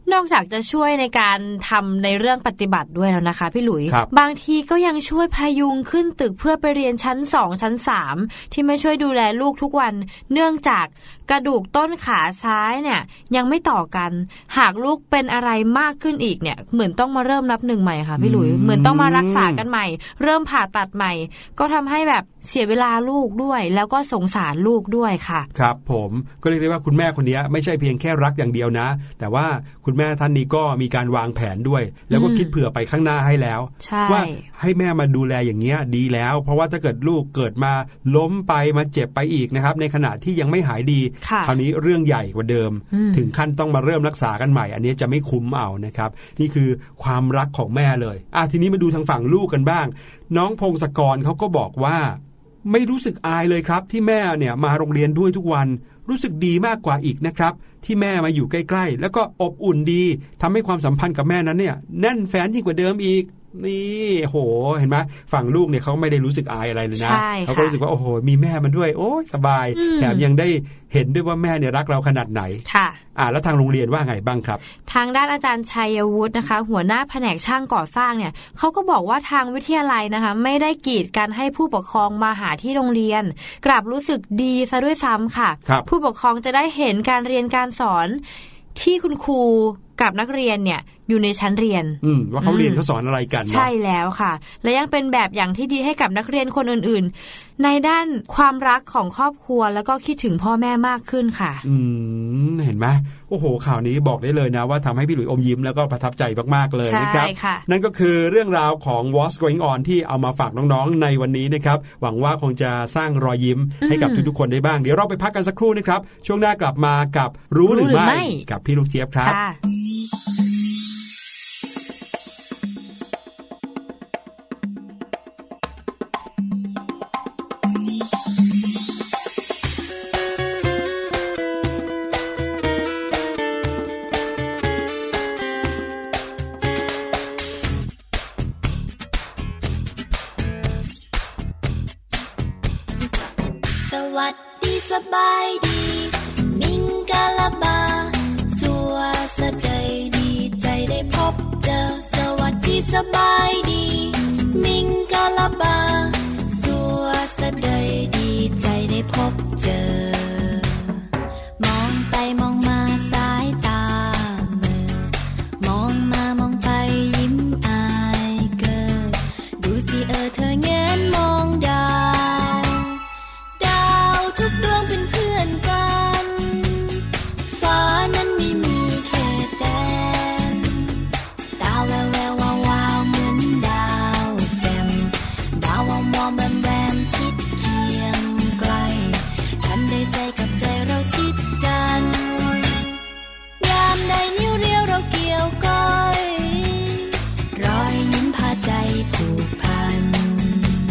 Speaker 2: นอกจากจะช่วยในการทำในเรื่องปฏิบัติด้วยแล้วนะคะพี่หลุยบางทีก็ยังช่วยพยุงขึ้นตึกเพื่อไปเรียนชั้นสองชั้นสามที่ไม่ช่วยดูแลลูกทุกวันเนื่องจากกระดูกต้นขาซ้ายเนี่ยยังไม่ต่อกันหากลูกเป็นอะไรมากขึ้นอีกเนี่ยเหมือนต้องมาเริ่มนับหนึ่งใหม่ค่ะพี่หลุยเหมือนต้องมารักษากันใหม่เริ่มผ่าตัดใหม่ก็ทำให้แบบเสียเวลาลูกด้วยแล้วก็สงสารลูกด้วยค่ะ
Speaker 1: ครับผมก็เรียกได้ว่าคุณแม่คนนี้ไม่ใช่เพียงแค่รักอย่างเดียวนะแต่ว่าคุณแม่ท่านนี้ก็มีการวางแผนด้วยแล้วก็คิดเผื่อไปข้างหน้าให้แล้วว่าให้แม่มาดูแลอย่างเงี้ยดีแล้วเพราะว่าถ้าเกิดลูกเกิดมาล้มไปมาเจ็บไปอีกนะครับในขณะที่ยังไม่หายดีคราวนี้เรื่องใหญ่กว่าเดิมถึงขั้นต้องมาเริ่มรักษากันใหม่อันนี้จะไม่คุ้มเอานะครับนี่คือความรักของแม่เลยอ่ะทีนี้มาดูทางฝั่งลูกกันบ้างน้องพงศกรเขาก็บอกว่าไม่รู้สึกอายเลยครับที่แม่เนี่ยมาโรงเรียนด้วยทุกวันรู้สึกดีมากกว่าอีกนะครับที่แม่มาอยู่ใกล้ๆแล้วก็อบอุ่นดีทำให้ความสัมพันธ์กับแม่นั้นเนี่ยแน่นแฟ้นยิ่งกว่าเดิมอีกนี่โหเห็นไหมฝั่งลูกเนี่ยเขาไม่ได้รู้สึกอายอะไรเลยนะเขาก็รู้สึกว่าโอ้โหมีแม่มาด้วยโอ้สบายแถมยังได้เห็นด้วยว่าแม่เนี่ยรักเราขนาดไหน
Speaker 2: ค่ะ
Speaker 1: อ่าแล้วทางโรงเรียนว่าไงบ้างครับ
Speaker 2: ทางด้านอาจารย์ชัยวุฒินะคะหัวหน้าแผนกช่างก่อสร้างเนี่ยเขาก็บอกว่าทางวิทยาลัยนะคะไม่ได้กีดกันให้ผู้ปกครองมาหาที่โรงเรียนกลับรู้สึกดีซะด้วยซ้ำค่ะผู้ปกครองจะได้เห็นการเรียนการสอนที่คุณครูกับนักเรียนเนี่ยอยู่ในชั้นเรียน
Speaker 1: ว่าเขาเรียนเขาสอนอะไรกัน
Speaker 2: ใช่แล้วค่ะและยังเป็นแบบอย่างที่ดีให้กับนักเรียนคนอื่นๆในด้านความรักของครอบครัวแล้วก็คิดถึงพ่อแม่มากขึ้นค่ะ
Speaker 1: อืมเห็นไหมโอ้โหข่าวนี้บอกได้เลยนะว่าทำให้พี่หลุยอมยิ้มแล้วก็ประทับใจมากๆเลยนะครับนั่นก็คือเรื่องราวของ What's Going On ที่เอามาฝากน้องๆในวันนี้นะครับหวังว่าคงจะสร้างรอยยิ้มให้กับทุกๆคนได้บ้างเดี๋ยวเราไปพักกันสักครู่นะครับช่วงหน้ากลับมากับรู้หรือไม่กับพี่ลูกเจี๊ยบครับ
Speaker 4: สบายดีมิงกะลาบาสัวสะเดยดีใจได้พบเจอสวัสดีสบายดีมิงกะลาบาสัวสะเดยดีใจได้พบเจอมองไปมองมาสายตาเมื่อมองมามองไปยิ้มอายเกิดดูสิเออเธอแงนมองดาวทุกดวงเป็นเพื่อนกันฟ้านั้นไม่มีเขตแดนตาแววแวววาววาวเหมือนดาวแจ่มดาวมองมองแบมแบมชิดเคียงไกลทันได้ใจกับใจเราชิดกันยามใดนิ้วเรียวเราเกี่ยวก้อยรอยยิ้มพาใจผูกพัน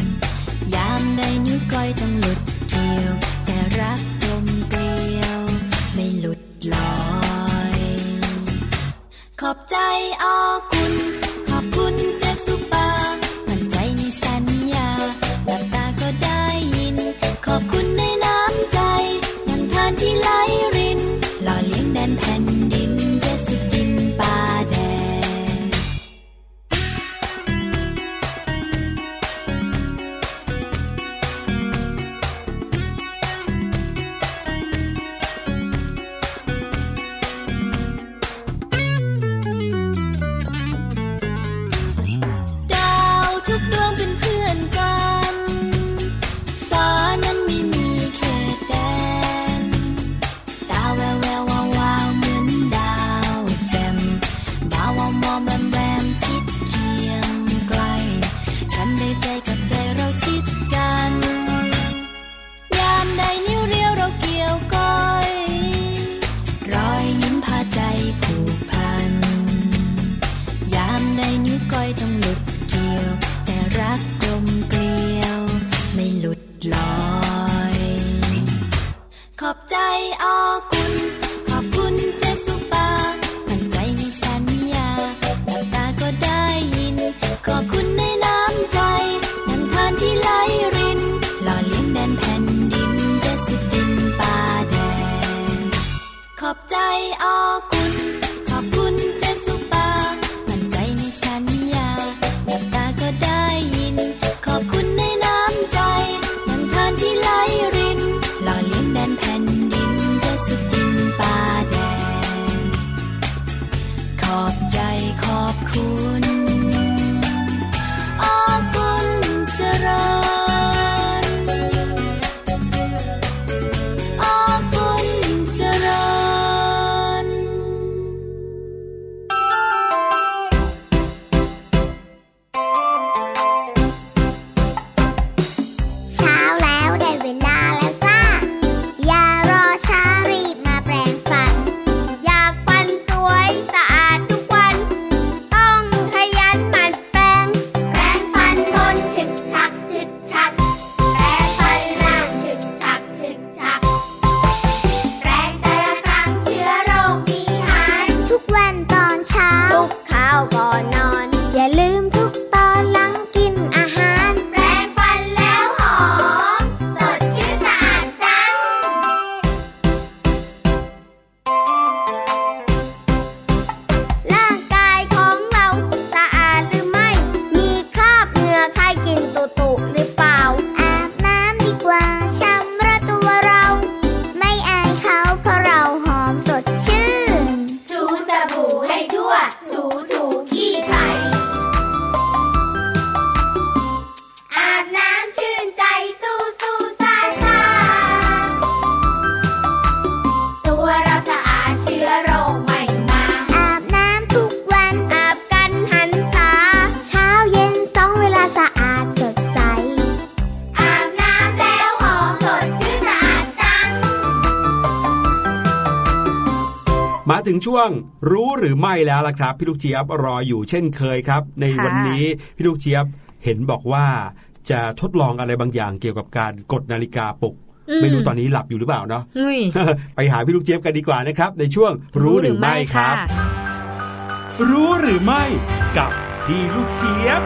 Speaker 1: ถึงช่วงรู้หรือไม่แล้วล่ะครับพี่ลูกเจี๊ยบรออยู่เช่นเคยครับในวันนี้พี่ลูกเจี๊ยบเห็นบอกว่าจะทดลองอะไรบางอย่างเกี่ยวกับการกดนาฬิกาปลุกไม่รู้ตอนนี้หลับอยู่หรือเปล่าเนาะ ไปหาพี่ลูกเจี๊ยบกันดีกว่านะครับในช่วงรู้หรือไม่ครับรู้หรือไม่กับพี่ลูกเจี๊ยบ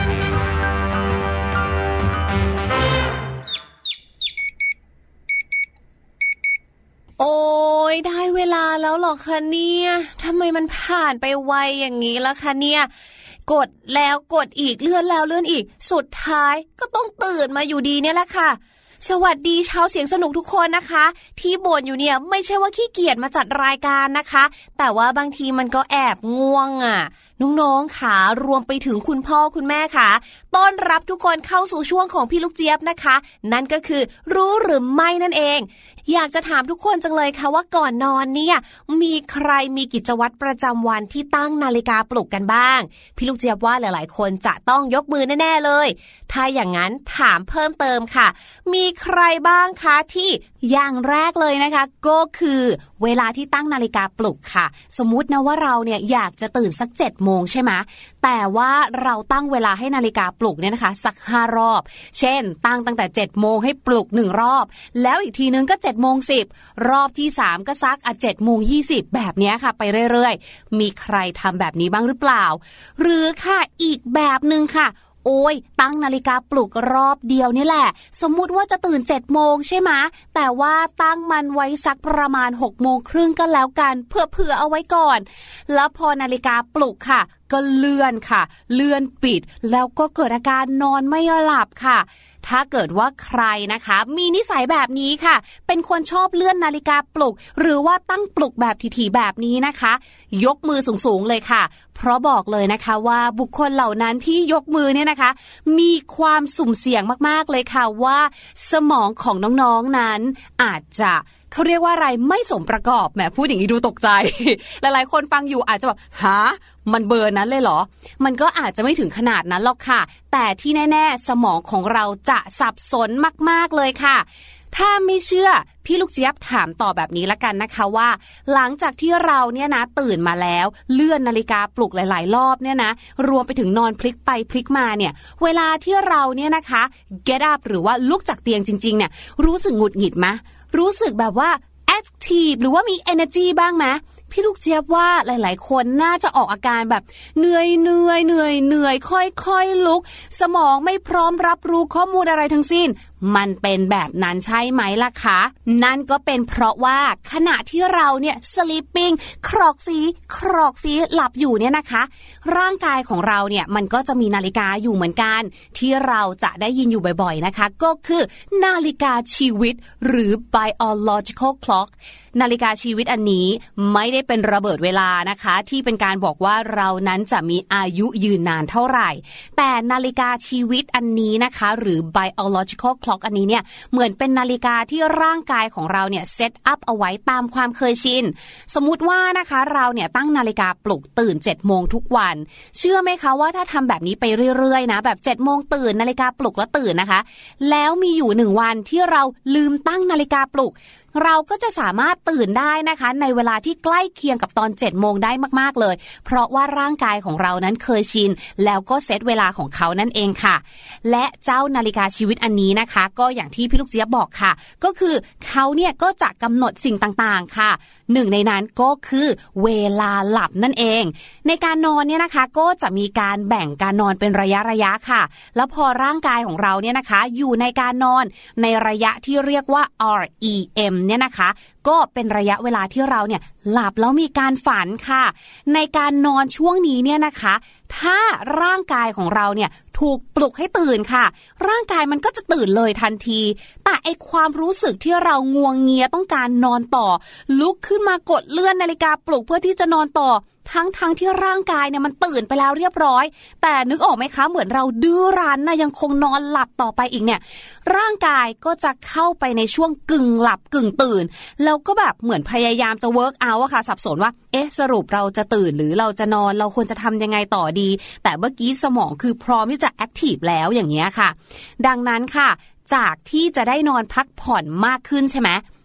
Speaker 5: โอ้ยได้เวลาแล้วหรอคะเนี่ยทำไมมันผ่านไปไวอย่างนี้ล่ะคะเนี่ยกดแล้วกดอีกเลื่อนแล้วเลื่อนอีกสุดท้ายก็ต้องตื่นมาอยู่ดีเนี่ยแหละค่ะสวัสดีชาวเสียงสนุกทุกคนนะคะที่บ่นอยู่เนี่ยไม่ใช่ว่าขี้เกียจมาจัดรายการนะคะแต่ว่าบางทีมันก็แอบง่วงอ่ะน้องๆค่ะรวมไปถึงคุณพ่อคุณแม่ค่ะต้อนรับทุกคนเข้าสู่ช่วงของพี่ลูกเจี๊ยบนะคะนั่นก็คือรู้หรือไม่นั่นเองอยากจะถามทุกคนจังเลยค่ะว่าก่อนนอนเนี่ยมีใครมีกิจวัตรประจำวันที่ตั้งนาฬิกาปลุกกันบ้างพี่ลูกเจี๊ยบว่าหลายๆคนจะต้องยกมือแน่ๆเลยถ้าอย่างนั้นถามเพิ่มเติมค่ะมีใครบ้างคะที่อย่างแรกเลยนะคะก็คือเวลาที่ตั้งนาฬิกาปลุกค่ะสมมุตินะว่าเราเนี่ยอยากจะตื่นสักเจ็ดโมงใช่ไหมแต่ว่าเราตั้งเวลาให้นาฬิกาปลุกเนี่ยนะคะสักห้ารอบเช่นตั้งตั้งแต่เจ็ดโมงให้ปลุกหนึ่งรอบแล้วอีกทีนึงก็เจ็ดโมงสิบรอบที่สามก็ซักอ่ะเจ็ดโมงยี่สิบแบบนี้ค่ะไปเรื่อยๆมีใครทำแบบนี้บ้างหรือเปล่าหรือค่ะอีกแบบนึงค่ะโอ้ยตั้งนาฬิกาปลุกรอบเดียวนี่แหละสมมุติว่าจะตื่นเจ็ดโมงใช่ไหมแต่ว่าตั้งมันไว้สักประมาณหกโมงครึ่งก็แล้วกันเผื่อๆเอาไว้ก่อนแล้วพอนาฬิกาปลุกค่ะก็เลื่อนค่ะเลื่อนปิดแล้วก็เกิดอาการนอนไม่หลับค่ะถ้าเกิดว่าใครนะคะมีนิสัยแบบนี้ค่ะเป็นคนชอบเลื่อนนาฬิกาปลุกหรือว่าตั้งปลุกแบบถี่ๆแบบนี้นะคะยกมือสูงๆเลยค่ะเพราะบอกเลยนะคะว่าบุคคลเหล่านั้นที่ยกมือเนี่ยนะคะมีความสุ่มเสี่ยงมากๆเลยค่ะว่าสมองของน้องๆนั้นอาจจะเขาเรียกว่าอะไรไม่สมประกอบแหมพูดอย่างนี้ดูตกใจ หลายๆคนฟังอยู่อาจจะแบบฮะมันเบอร์นั้นเลยเหรอมันก็อาจจะไม่ถึงขนาดนั้นหรอกค่ะแต่ที่แน่ๆสมองของเราจะสับสนมากๆเลยค่ะถ้าไม่เชื่อพี่ลูกเจี๊ยบถามต่อแบบนี้ละกันนะคะว่าหลังจากที่เราเนี่ยนะตื่นมาแล้วเลื่อนนาฬิกาปลุกหลายๆรอบเนี่ยนะรวมไปถึงนอนพลิกไปพลิกมาเนี่ยเวลาที่เราเนี่ยนะคะ get up หรือว่าลุกจากเตียงจริงๆเนี่ยรู้สึกหงุดหงิดไหมรู้สึกแบบว่า active หรือว่ามี energy บ้างไหมพี่ลูกเจี๊ยบว่าหลายๆคนน่าจะออกอาการแบบเหนื่อยเหนื่อยเหนื่อยเหนื่อยค่อยๆลุกสมองไม่พร้อมรับรู้ข้อมูลอะไรทั้งสิ้นมันเป็นแบบนั้นใช่ไหมล่ะคะนั่นก็เป็นเพราะว่าขณะที่เราเนี่ย sleeping ครอกฟีครอกฟีหลับอยู่เนี่ยนะคะร่างกายของเราเนี่ยมันก็จะมีนาฬิกาอยู่เหมือนกันที่เราจะได้ยินอยู่บ่อยๆนะคะก็คือนาฬิกาชีวิตหรือ biological clock นาฬิกาชีวิตอันนี้ไม่ได้เป็นระเบิดเวลานะคะที่เป็นการบอกว่าเรานั้นจะมีอายุยืนนานเท่าไหร่แต่นาฬิกาชีวิตอันนี้นะคะหรือ biological clock อันนี้เนี่ยเหมือนเป็นนาฬิกาที่ร่างกายของเราเนี่ยเซตอัพเอาไว้ตามความเคยชินสมมุติว่านะคะเราเนี่ยตั้งนาฬิกาปลุกตื่นเจ็ดโมงทุกวันเชื่อไหมคะว่าถ้าทำแบบนี้ไปเรื่อยๆนะแบบเจ็ดโมงตื่นนาฬิกาปลุกแล้วตื่นนะคะแล้วมีอยู่หนึ่งวันที่เราลืมตั้งนาฬิกาปลุกเราก็จะสามารถตื่นได้นะคะในเวลาที่ใกล้เคียงกับตอนเจ็ดโมงได้มากๆเลยเพราะว่าร่างกายของเรานั้นเคยชินแล้วก็เซตเวลาของเขานั่นเองค่ะและเจ้านาฬิกาชีวิตอันนี้นะคะก็อย่างที่พี่ลูกเจี๊ยบบอกค่ะก็คือเขาเนี่ยก็จะกำหนดสิ่งต่างๆค่ะหนึ่งในนั้นก็คือเวลาหลับนั่นเองในการนอนเนี่ยนะคะก็จะมีการแบ่งการนอนเป็นระยะระยะค่ะแล้วพอร่างกายของเราเนี่ยนะคะอยู่ในการนอนในระยะที่เรียกว่า อาร์ อี เอ็ม เนี่ยนะคะก็เป็นระยะเวลาที่เราเนี่ยหลับแล้วมีการฝันค่ะในการนอนช่วงนี้เนี่ยนะคะถ้าร่างกายของเราเนี่ยถูกปลุกให้ตื่นค่ะร่างกายมันก็จะตื่นเลยทันทีแต่ไอความรู้สึกที่เรางวงเงียต้องการนอนต่อลุกขึ้นมากดเลื่อนนาฬิกาปลุกเพื่อที่จะนอนต่อทั้งทั้งที่ร่างกายเนี่ยมันตื่นไปแล้วเรียบร้อยแต่นึกออกไหมคะเหมือนเราดื้อรั้นนะยังคงนอนหลับต่อไปอีกเนี่ยร่างกายก็จะเข้าไปในช่วงกึ่งหลับกึ่งตื่นแล้วก็แบบเหมือนพยายามจะเวิร์กเอาท์อะค่ะสับสนว่าเอ๊ะสรุปเราจะตื่นหรือเราจะนอนเราควรจะทำยังไงต่อดีแต่เมื่อกี้สมองคือพร้อมที่จะแอคทีฟแล้วอย่างเงี้ยค่ะดังนั้นค่ะจากที่จะได้นอนพักผ่อนมากขึ้นใช่ไหม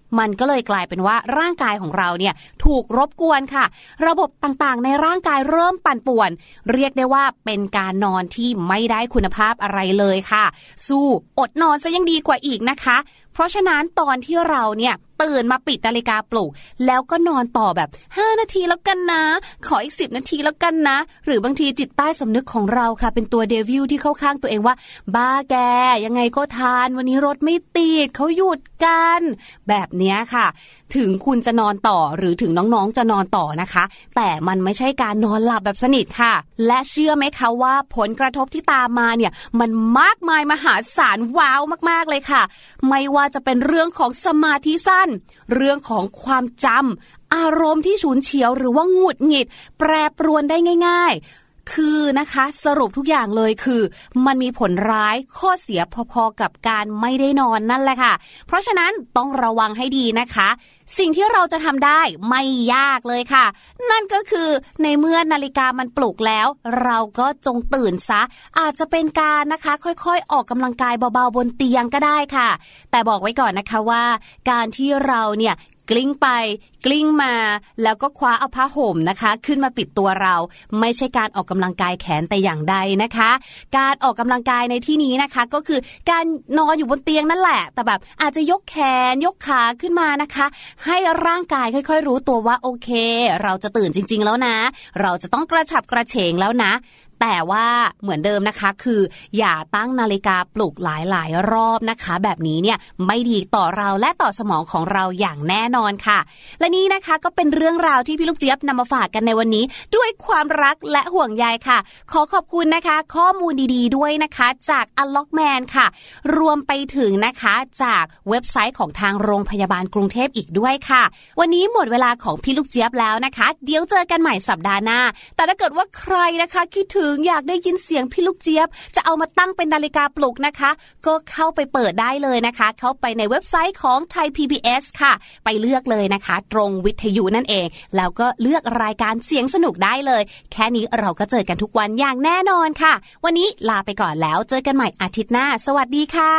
Speaker 5: มันก็เลยกลายเป็นว่าร่างกายของเราเนี่ยถูกรบกวนค่ะระบบต่างๆในร่างกายเริ่มปั่นป่วนเรียกได้ว่าเป็นการนอนที่ไม่ได้คุณภาพอะไรเลยค่ะสู้อดนอนซะยังดีกว่าอีกนะคะเพราะฉะนั้นตอนที่เราเนี่ยตื่นมาปิดนาฬิกาปลุกแล้วก็นอนต่อแบบห้านาทีแล้วกันนะขออีกสิบนาทีแล้วกันนะหรือบางทีจิตใต้สำนึกของเราค่ะเป็นตัวเดวิลที่เข้าข้างตัวเองว่าบ้าแกยังไงก็ทานวันนี้รถไม่ติดเขาหยุดกันแบบนี้ค่ะถึงคุณจะนอนต่อหรือถึงน้องๆจะนอนต่อนะคะแต่มันไม่ใช่การนอนหลับแบบสนิทค่ะและเชื่อไหมคะว่าผลกระทบที่ตามมาเนี่ยมันมากมายมหาศาลว้าวมากๆเลยค่ะไม่ว่าจะเป็นเรื่องของสมาธิสั้นเรื่องของความจำอารมณ์ที่ฉุนเฉียวหรือว่าหงุดหงิดแปรปรวนได้ง่ายๆคือนะคะสรุปทุกอย่างเลยคือมันมีผลร้ายข้อเสียพอๆกับการไม่ได้นอนนั่นแหละค่ะเพราะฉะนั้นต้องระวังให้ดีนะคะสิ่งที่เราจะทำได้ไม่ยากเลยค่ะนั่นก็คือในเมื่อนาฬิกามันปลุกแล้วเราก็จงตื่นซะอาจจะเป็นการนะคะค่อยๆออกกำลังกายเบาๆบนเตียงก็ได้ค่ะแต่บอกไว้ก่อนนะคะว่าการที่เราเนี่ยกลิ้งไปกลิ้งมาแล้วก็คว้าเอาผ้าห่มนะคะขึ้นมาปิดตัวเราไม่ใช่การออกกำลังกายแขนแต่อย่างใดนะคะการออกกำลังกายในที่นี้นะคะก็คือการนอนอยู่บนเตียงนั่นแหละแต่แบบอาจจะยกแขนยกขาขึ้นมานะคะให้ร่างกายค่อยๆรู้ตัวว่าโอเคเราจะตื่นจริงๆแล้วนะเราจะต้องกระฉับกระเฉงแล้วนะแต่ว่าเหมือนเดิมนะคะคืออย่าตั้งนาฬิกาปลุกหลายๆรอบนะคะแบบนี้เนี่ยไม่ดีต่อเราและต่อสมองของเราอย่างแน่นอนค่ะและนี่นะคะก็เป็นเรื่องราวที่พี่ลูกเจี๊ยบนำมาฝากกันในวันนี้ด้วยความรักและห่วงใยค่ะขอขอบคุณนะคะข้อมูลดีๆด้วยนะคะจาก Unlock Man ค่ะรวมไปถึงนะคะจากเว็บไซต์ของทางโรงพยาบาลกรุงเทพอีกด้วยค่ะวันนี้หมดเวลาของพี่ลูกเจี๊ยบแล้วนะคะเดี๋ยวเจอกันใหม่สัปดาห์หน้าแต่ถ้าเกิดว่าใครนะคะคิดถึงอยากได้ยินเสียงพี่ลูกเจี๊ยบจะเอามาตั้งเป็นนาฬิกาปลุกนะคะก็เข้าไปเปิดได้เลยนะคะเข้าไปในเว็บไซต์ของ Thai พี บี เอส ค่ะไปเลือกเลยนะคะตรงวิทยุนั่นเองแล้วก็เลือกรายการเสียงสนุกได้เลยแค่นี้เราก็เจอกันทุกวันอย่างแน่นอนค่ะวันนี้ลาไปก่อนแล้วเจอกันใหม่อาทิตย์หน้าสวัสดีค่ะ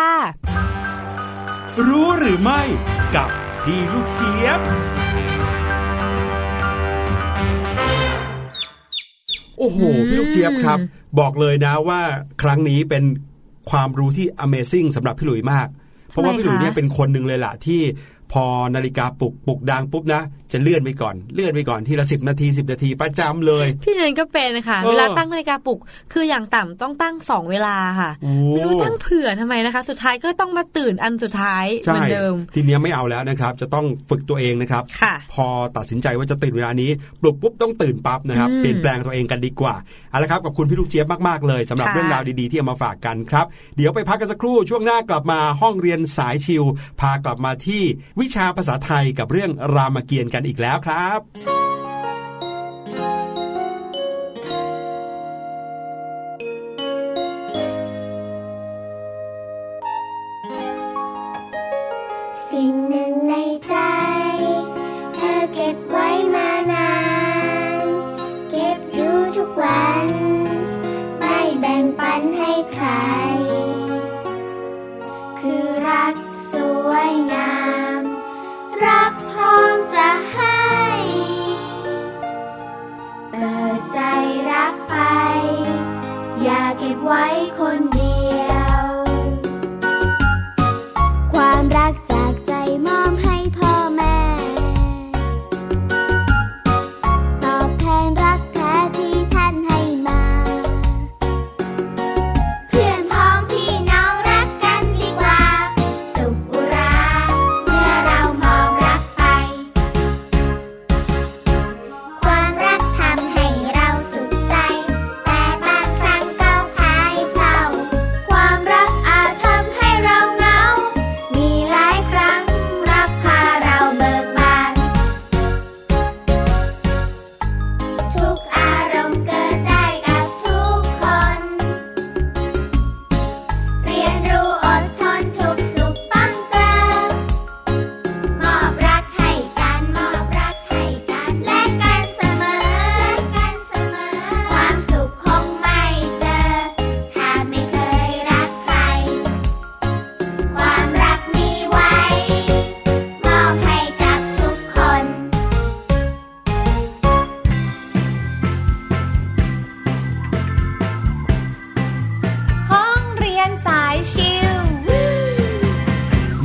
Speaker 1: รู้หรือไม่กับพี่ลูกเจี๊ยบโอ้โหพี่ลูกเจี๊ยบครับบอกเลยนะว่าครั้งนี้เป็นความรู้ที่ Amazing สำหรับพี่หลุยมากเพราะว่าพี่หลุยเนี่ยเป็นคนหนึ่งเลยล่ะที่พอนาฬิกาปลุกปลุกดังปุ๊บนะจะเลื่อนไปก่อนเลื่อนไปก่อนทีละสิบนาทีสิบนาทีประจำเลย
Speaker 2: พี่เนนก็เป็นค่ะเวลาตั้งนาฬิกาปลุกคืออย่างต่ำต้องตั้งสองเวลาค่ะไม่รู้ตั้งเผื่อทำไมนะคะสุดท้ายก็ต้องมาตื่นอันสุดท้ายเหมือนเดิม
Speaker 1: ทีนี้ไม่เอาแล้วนะครับจะต้องฝึกตัวเองนะครับพอตัดสินใจว่าจะตื่นเวลานี้ปลุกปุ๊บต้องตื่นปั๊บนะครับเปลี่ยนแปลงตัวเองกันดีกว่าเอาละครับขอบคุณพี่ลูกเจี๊ยบมากๆเลยสำหรับเรื่องราวดีๆที่เอามาฝากกันครับเดี๋ยวไปพักกันสักครู่ช่วงหน้ากลับมาห้องเรียนสายชิลพากลับมาที่วิชาภาษาไทยกับเรื่องรามเกียรติ์กันอีกแล้วครับ
Speaker 6: สิ่งหนึ่งในใจเธอเก็บไว้มานานเก็บอยู่ทุกวันไม่แบ่งปันให้ใครคือรักสวยงามรักพร้อมจะให้เปิดใจรักไปอย่าเก็บไว้คนเดียวความรักจากใจมอบ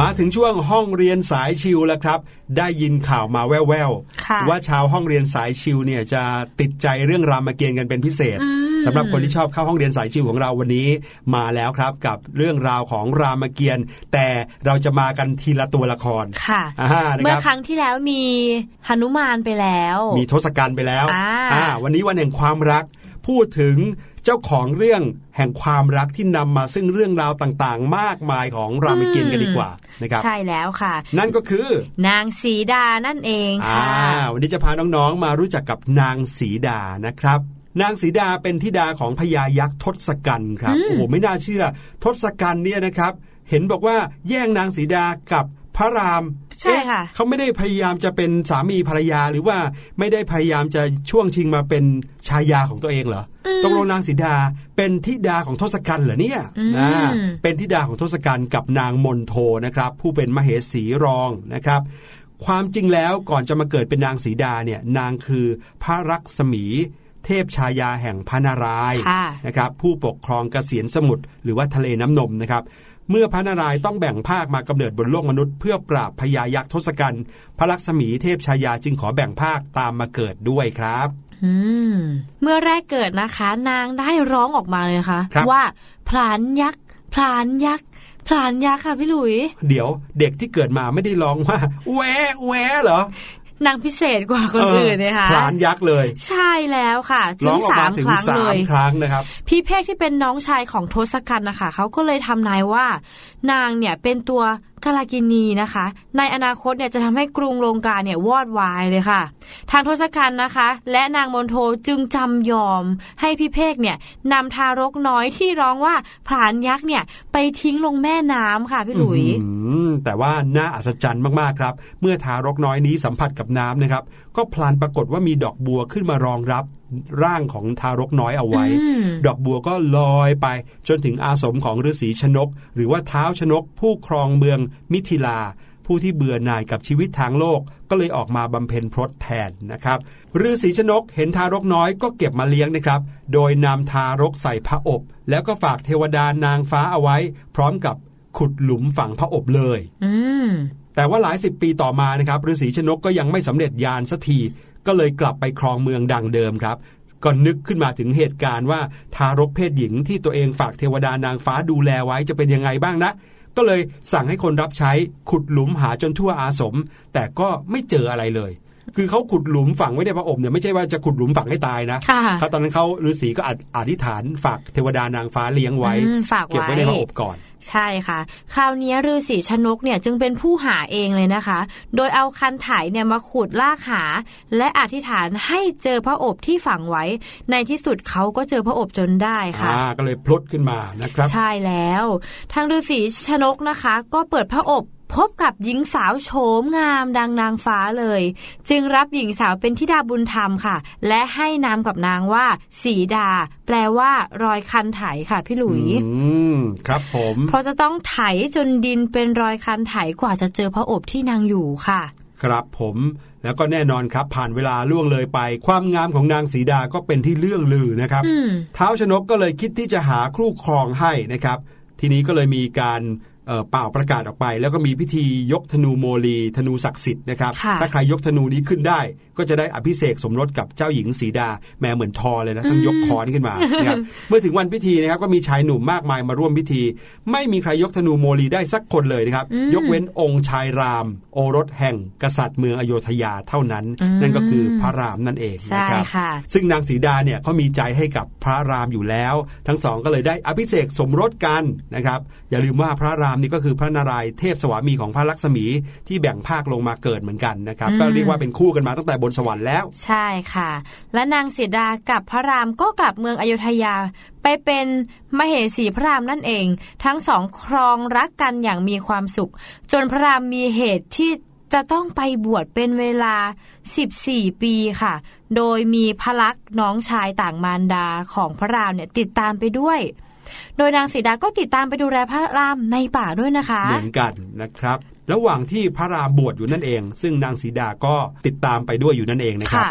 Speaker 1: มาถึงช่วงห้องเรียนสายชิลแล้วครับได้ยินข่าวมาแว่วๆว่าชาวห้องเรียนสายชิลเนี่ยจะติดใจเรื่องรามเกียรติ์กันเป็นพิเศษสำหรับคนที่ชอบเข้าห้องเรียนสายชิลของเราวันนี้มาแล้วครับกับเรื่องราวของรามเกียรติ์แต่เราจะมากันทีละตัวละคร
Speaker 2: ค่ะเมื่อครั้งที่แล้วมีหนุมานไปแล้ว
Speaker 1: มีทศกัณฐ์ไปแล้วอ่าวันนี้วันแห่งความรักพูดถึงเจ้าของเรื่องแห่งความรักที่นำมาซึ่งเรื่องราวต่างๆมากมายของรามเกียรติ์กันดีกว่านะครับ
Speaker 2: ใช่แล้วค่ะ
Speaker 1: นั่นก็คือน
Speaker 2: างสีดานั่นเองค่ะ
Speaker 1: วันนี้จะพาน้องๆมารู้จักกับนางสีดานะครับนางสีดาเป็นธิดาของพญายักษ์ทศกัณฐ์ครับโอ้โหไม่น่าเชื่อทศกัณฐ์เนี่ยนะครับเห็นบอกว่าแย่งนางสีดากับพระราม
Speaker 2: ใช่ค่ะ
Speaker 1: เขาไม่ได้พยายามจะเป็นสามีภรรยาหรือว่าไม่ได้พยายามจะช่วงชิงมาเป็นชายาของตัวเองเหรอตกลงนางสีดาเป็นธิดาของทศกัณฐ์เหรอเนี่ยนะเป็นธิดาของทศกัณฐ์กับนางมนโทนะครับผู้เป็นมเหสีรองนะครับความจริงแล้วก่อนจะมาเกิดเป็นนางสีดาเนี่ยนางคือพระลักษมีเทพชายาแห่งพระนารายณ์นะครับผู้ปกครองเกษียณสมุทรหรือว่าทะเลน้ำนมนะครับเมื่อพระนารายณ์ต้องแบ่งภาคมากำเนิดบนโลกมนุษย์เพื่อปราบพญายักษ์ทศกัณฐ์พระลักษมีเทพชายาจึงขอแบ่งภาคตามมาเกิดด้วยครับ
Speaker 2: เมื่อแรกเกิดนะคะนางได้ร้องออกมาเลยนะคะว่าพรานยักษ์พรานยักษ์พรานยักษ์ค่ะพี่หลุย
Speaker 1: เดี๋ยวเด็กที่เกิดมาไม่ได้ร้องว่าแหวแหวเหร
Speaker 2: อนางพิเศษกว่าคนอื่นนะคะ
Speaker 1: พรานยักษ์เลย
Speaker 2: ใช่แล้วค่ะถึงสามครั้งเลย
Speaker 1: ครั้งนะครับ
Speaker 2: พี่เพกที่เป็นน้องชายของทศกัณฐ์นะคะเขาก็เลยทำนายว่านางเนี่ยเป็นตัวกาลากินีนะคะในอนาคตเนี่ยจะทำให้กรุงลงกาเนี่ยวอดวายเลยค่ะทางทศกัณฐ์นะคะและนางมนโทจึงจำยอมให้พี่เพกเนี่ยนำทารกน้อยที่ร้องว่าพรานยักษ์เนี่ยไปทิ้งลงแม่น้ำค่ะพี่หลุย
Speaker 1: แต่ว่าน่าอัศจรรย์มากๆครับเมื่อทารกน้อยนี้สัมผัสกับน้ำนะครับก็พลันปรากฏว่ามีดอกบัวขึ้นมารองรับร่างของทารกน้อยเอาไว้ดอกบัวก็ลอยไปจนถึงอาสมของฤาษีชนกหรือว่าท้าวชนกผู้ครองเมืองมิถิลาผู้ที่เบื่อหน่ายกับชีวิตทางโลกก็เลยออกมาบำเพ็ญพรตแทนนะครับฤาษีชนกเห็นทารกน้อยก็เก็บมาเลี้ยงนะครับโดยนำทารกใส่ผ้าอบแล้วก็ฝากเทวดานางฟ้าเอาไว้พร้อมกับขุดหลุมฝังผ้าอบเลยแต่ว่าหลายสิบปีต่อมานะครับฤาษีชนกก็ยังไม่สำเร็จญาณสักทีก็เลยกลับไปครองเมืองดังเดิมครับก็นึกขึ้นมาถึงเหตุการณ์ว่าทารกเพศหญิงที่ตัวเองฝากเทวดานางฟ้าดูแลไว้จะเป็นยังไงบ้างนะก็เลยสั่งให้คนรับใช้ขุดหลุมหาจนทั่วอาสมแต่ก็ไม่เจออะไรเลยคือเขาขุดหลุมฝังไว้ในพระอบเนี่ยไม่ใช่ว่าจะขุดหลุมฝังให้ตายนะเขาตอนนั้นเขาฤาษีก็อธิษฐานฝากเทวดานางฟ้าเลี้ยงไว้เก็บไว้ในพระอบก่อน
Speaker 2: ใช่ค่ะคราวนี้ฤาษีชนกเนี่ยจึงเป็นผู้หาเองเลยนะคะโดยเอาคันไถเนี่ยมาขุดลากหาและอธิษฐานให้เจอพระอบที่ฝังไว้ในที่สุดเขาก็เจอพระอบจนได้ค่ะ
Speaker 1: อ่าก็เลยพลุดขึ้นมานะครับ
Speaker 2: ใช่แล้วทางฤาษีชนกนะคะก็เปิดพระอบพบกับหญิงสาวโฉมงามดังนางฟ้าเลยจึงรับหญิงสาวเป็นธิดาบุญธรรมค่ะและให้นามกับนางว่าสีดาแปลว่ารอยคันไถค่ะพี่หลุย
Speaker 1: อืมครับผม
Speaker 2: เพราะจะต้องไถจนดินเป็นรอยคันไถกว่าจะเจอพระอบที่นางอยู่ค่ะ
Speaker 1: ครับผมแล้วก็แน่นอนครับผ่านเวลาล่วงเลยไปความงามของนางสีดาก็เป็นที่เลื่องลือนะครับท้าวชนกก็เลยคิดที่จะหาคู่ครองให้นะครับทีนี้ก็เลยมีการเป่าประกาศออกไปแล้วก็มีพิธียกธนูโมลีธนูศักดิ์สิทธิ์นะครับถ้าใครยกธนูนี้ขึ้นได้ก็จะได้อภิเษกสมรสกับเจ้าหญิงสีดาแม้เหมือนทอเลยนะต้องยกค้อนขึ้นมานะครับเมื่อถึงวันพิธีนะครับก็มีชายหนุ่มมากมายมาร่วมพิธีไม่มีใครยกธนูโมลีได้สักคนเลยนะครับยกเว้นองค์ชายรามโอรสแห่งกษัตริย์เมืองอโยธยาเท่านั้นนั่นก็คือพระรามนั่นเองนะครับซึ่งนางสีดาเนี่ยเขามีใจให้กับพระรามอยู่แล้วทั้งสองก็เลยได้อภิเษกสมรสกันนะครับอย่าลืมว่าพระรามนี่ก็คือพระนารายณ์เทพสวามีของพระลักษมีที่แบ่งภาคลงมาเกิดเหมือนกันนะครับก็เรียกว่าเป็นคู่กันมาตั้งแต่บนสวรรค์แล้ว
Speaker 2: ใช่ค่ะและนางสีดากับพระรามก็กลับเมืองอโยธยาไปเป็นมเหสีพระรามนั่นเองทั้งสองครองรักกันอย่างมีความสุขจนพระรามมีเหตุที่จะต้องไปบวชเป็นเวลาสิบสี่ปีค่ะโดยมีพระลักษณ์น้องชายต่างมารดาของพระรามเนี่ยติดตามไปด้วยโดยนางสีดาก็ติดตามไปดูแลพระรามในป่าด้วยนะคะ
Speaker 1: เหมือนกันนะครับระหว่างที่พระรามบวชอยู่นั่นเองซึ่งนางสีดาก็ติดตามไปด้วยอยู่นั่นเองนะครับ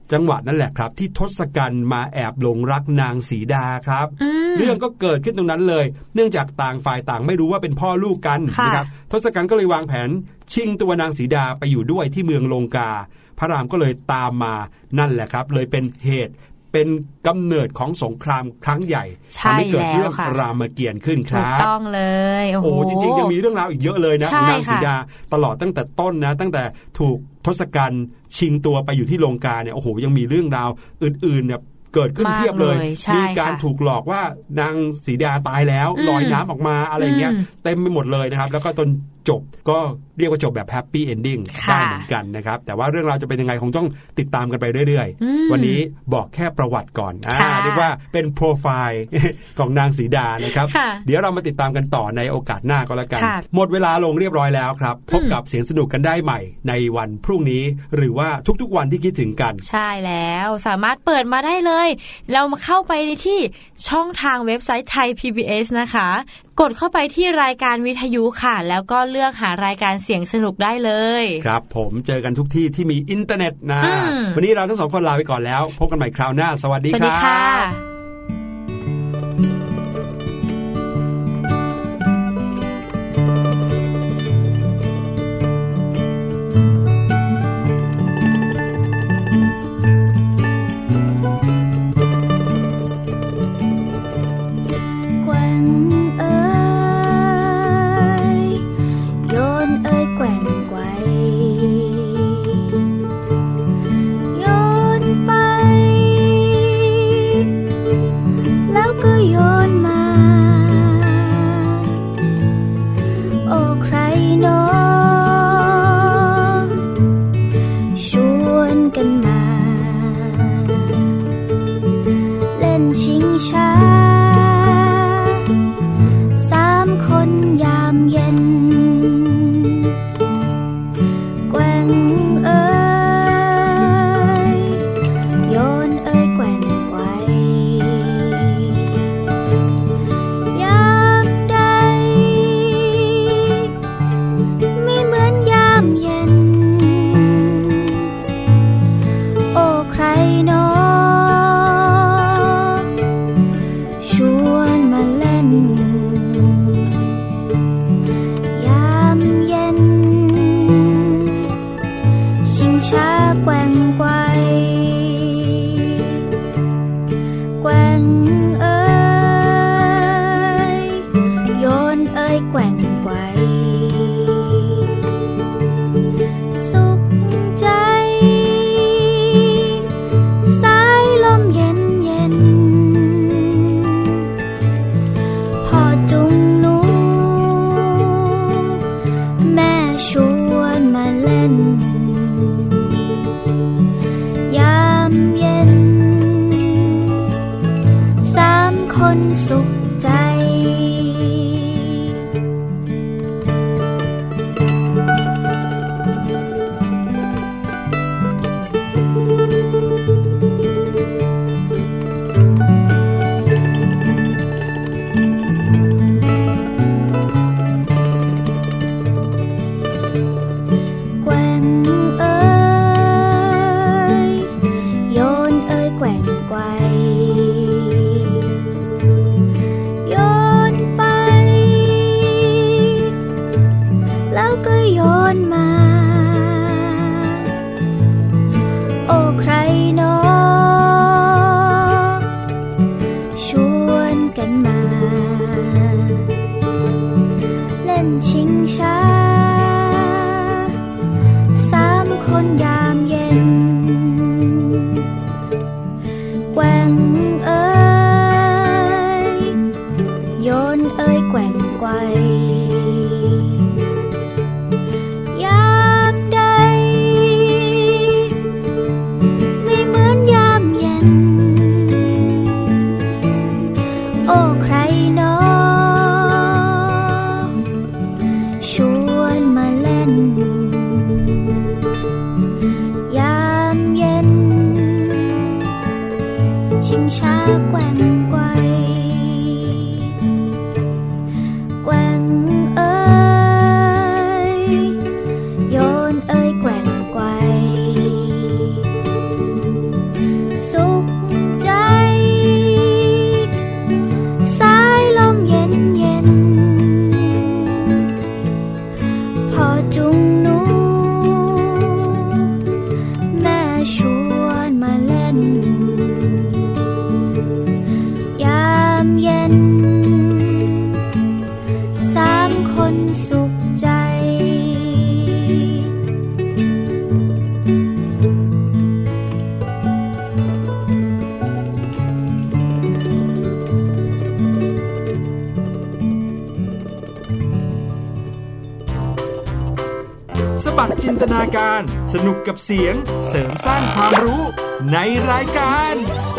Speaker 1: จังหวะนั่นแหละครับที่ทศกัณฐ์มาแอบหลงรักนางสีดาครับเรื่องก็เกิดขึ้นตรงนั้นเลยเนื่องจากต่างฝ่ายต่างไม่รู้ว่าเป็นพ่อลูกกันนะครับทศกัณฐ์ก็เลยวางแผนชิงตัวนางสีดาไปอยู่ด้วยที่เมืองลงกาพระรามก็เลยตามมานั่นแหละครับเลยเป็นเหตุเป็นกำเนิดของสงครามครั้งใหญ่ทำให้เกิดเรื่องรามเกียรติ์ขึ้นครับ
Speaker 2: ถูกต้องเลยโอ้โห
Speaker 1: จริงๆยังมีเรื่องราวอีกเยอะเลยนะนางสีดาตลอดตั้งแต่ต้นนะตั้งแต่ถูกทศกัณฐ์ชิงตัวไปอยู่ที่ลงกาเนี่ยโอ้โหยังมีเรื่องราวอื่นๆเนี่ยเกิดขึ้นเพียบเลยมีการถูกหลอกว่านางสีดาตายแล้วลอยน้ำออกมาอะไรเงี้ยเต็มไปหมดเลยนะครับแล้วก็จนจบก็เรียกว่าจบแบบแฮปปี้เอนดิ้งได้เหมือนกันนะครับแต่ว่าเรื่องราวจะเป็นยังไงคงต้องติดตามกันไปเรื่อยๆวันนี้บอกแค่ประวัติก่อนอ่าเรียกว่าเป็นโปรไฟล์ของนางสีดานะครับเดี๋ยวเรามาติดตามกันต่อในโอกาสหน้าก็แล้วกันหมดเวลาลงเรียบร้อยแล้วครับพบกับเสียงสนุกกันได้ใหม่ในวันพรุ่งนี้หรือว่าทุกๆวันที่คิดถึงกัน
Speaker 2: ใช่แล้วสามารถเปิดมาได้เลยเรามาเข้าไปที่ช่องทางเว็บไซต์ไทย พี บี เอส นะคะกดเข้าไปที่รายการวิทยุค่ะแล้วก็เลือกหารายการเสียงสนุกได้เลย
Speaker 1: ครับผมเจอกันทุกที่ที่มีอินเทอร์เน็ตนะวันนี้เราทั้งสองคนลาไปก่อนแล้วพบกันใหม่คราวหน้าสวัสดีครับสวัสดีค่ะ
Speaker 6: ไ
Speaker 1: สบัดจินตนาการสนุกกับเสียงเสริมสร้างความรู้ในรายการ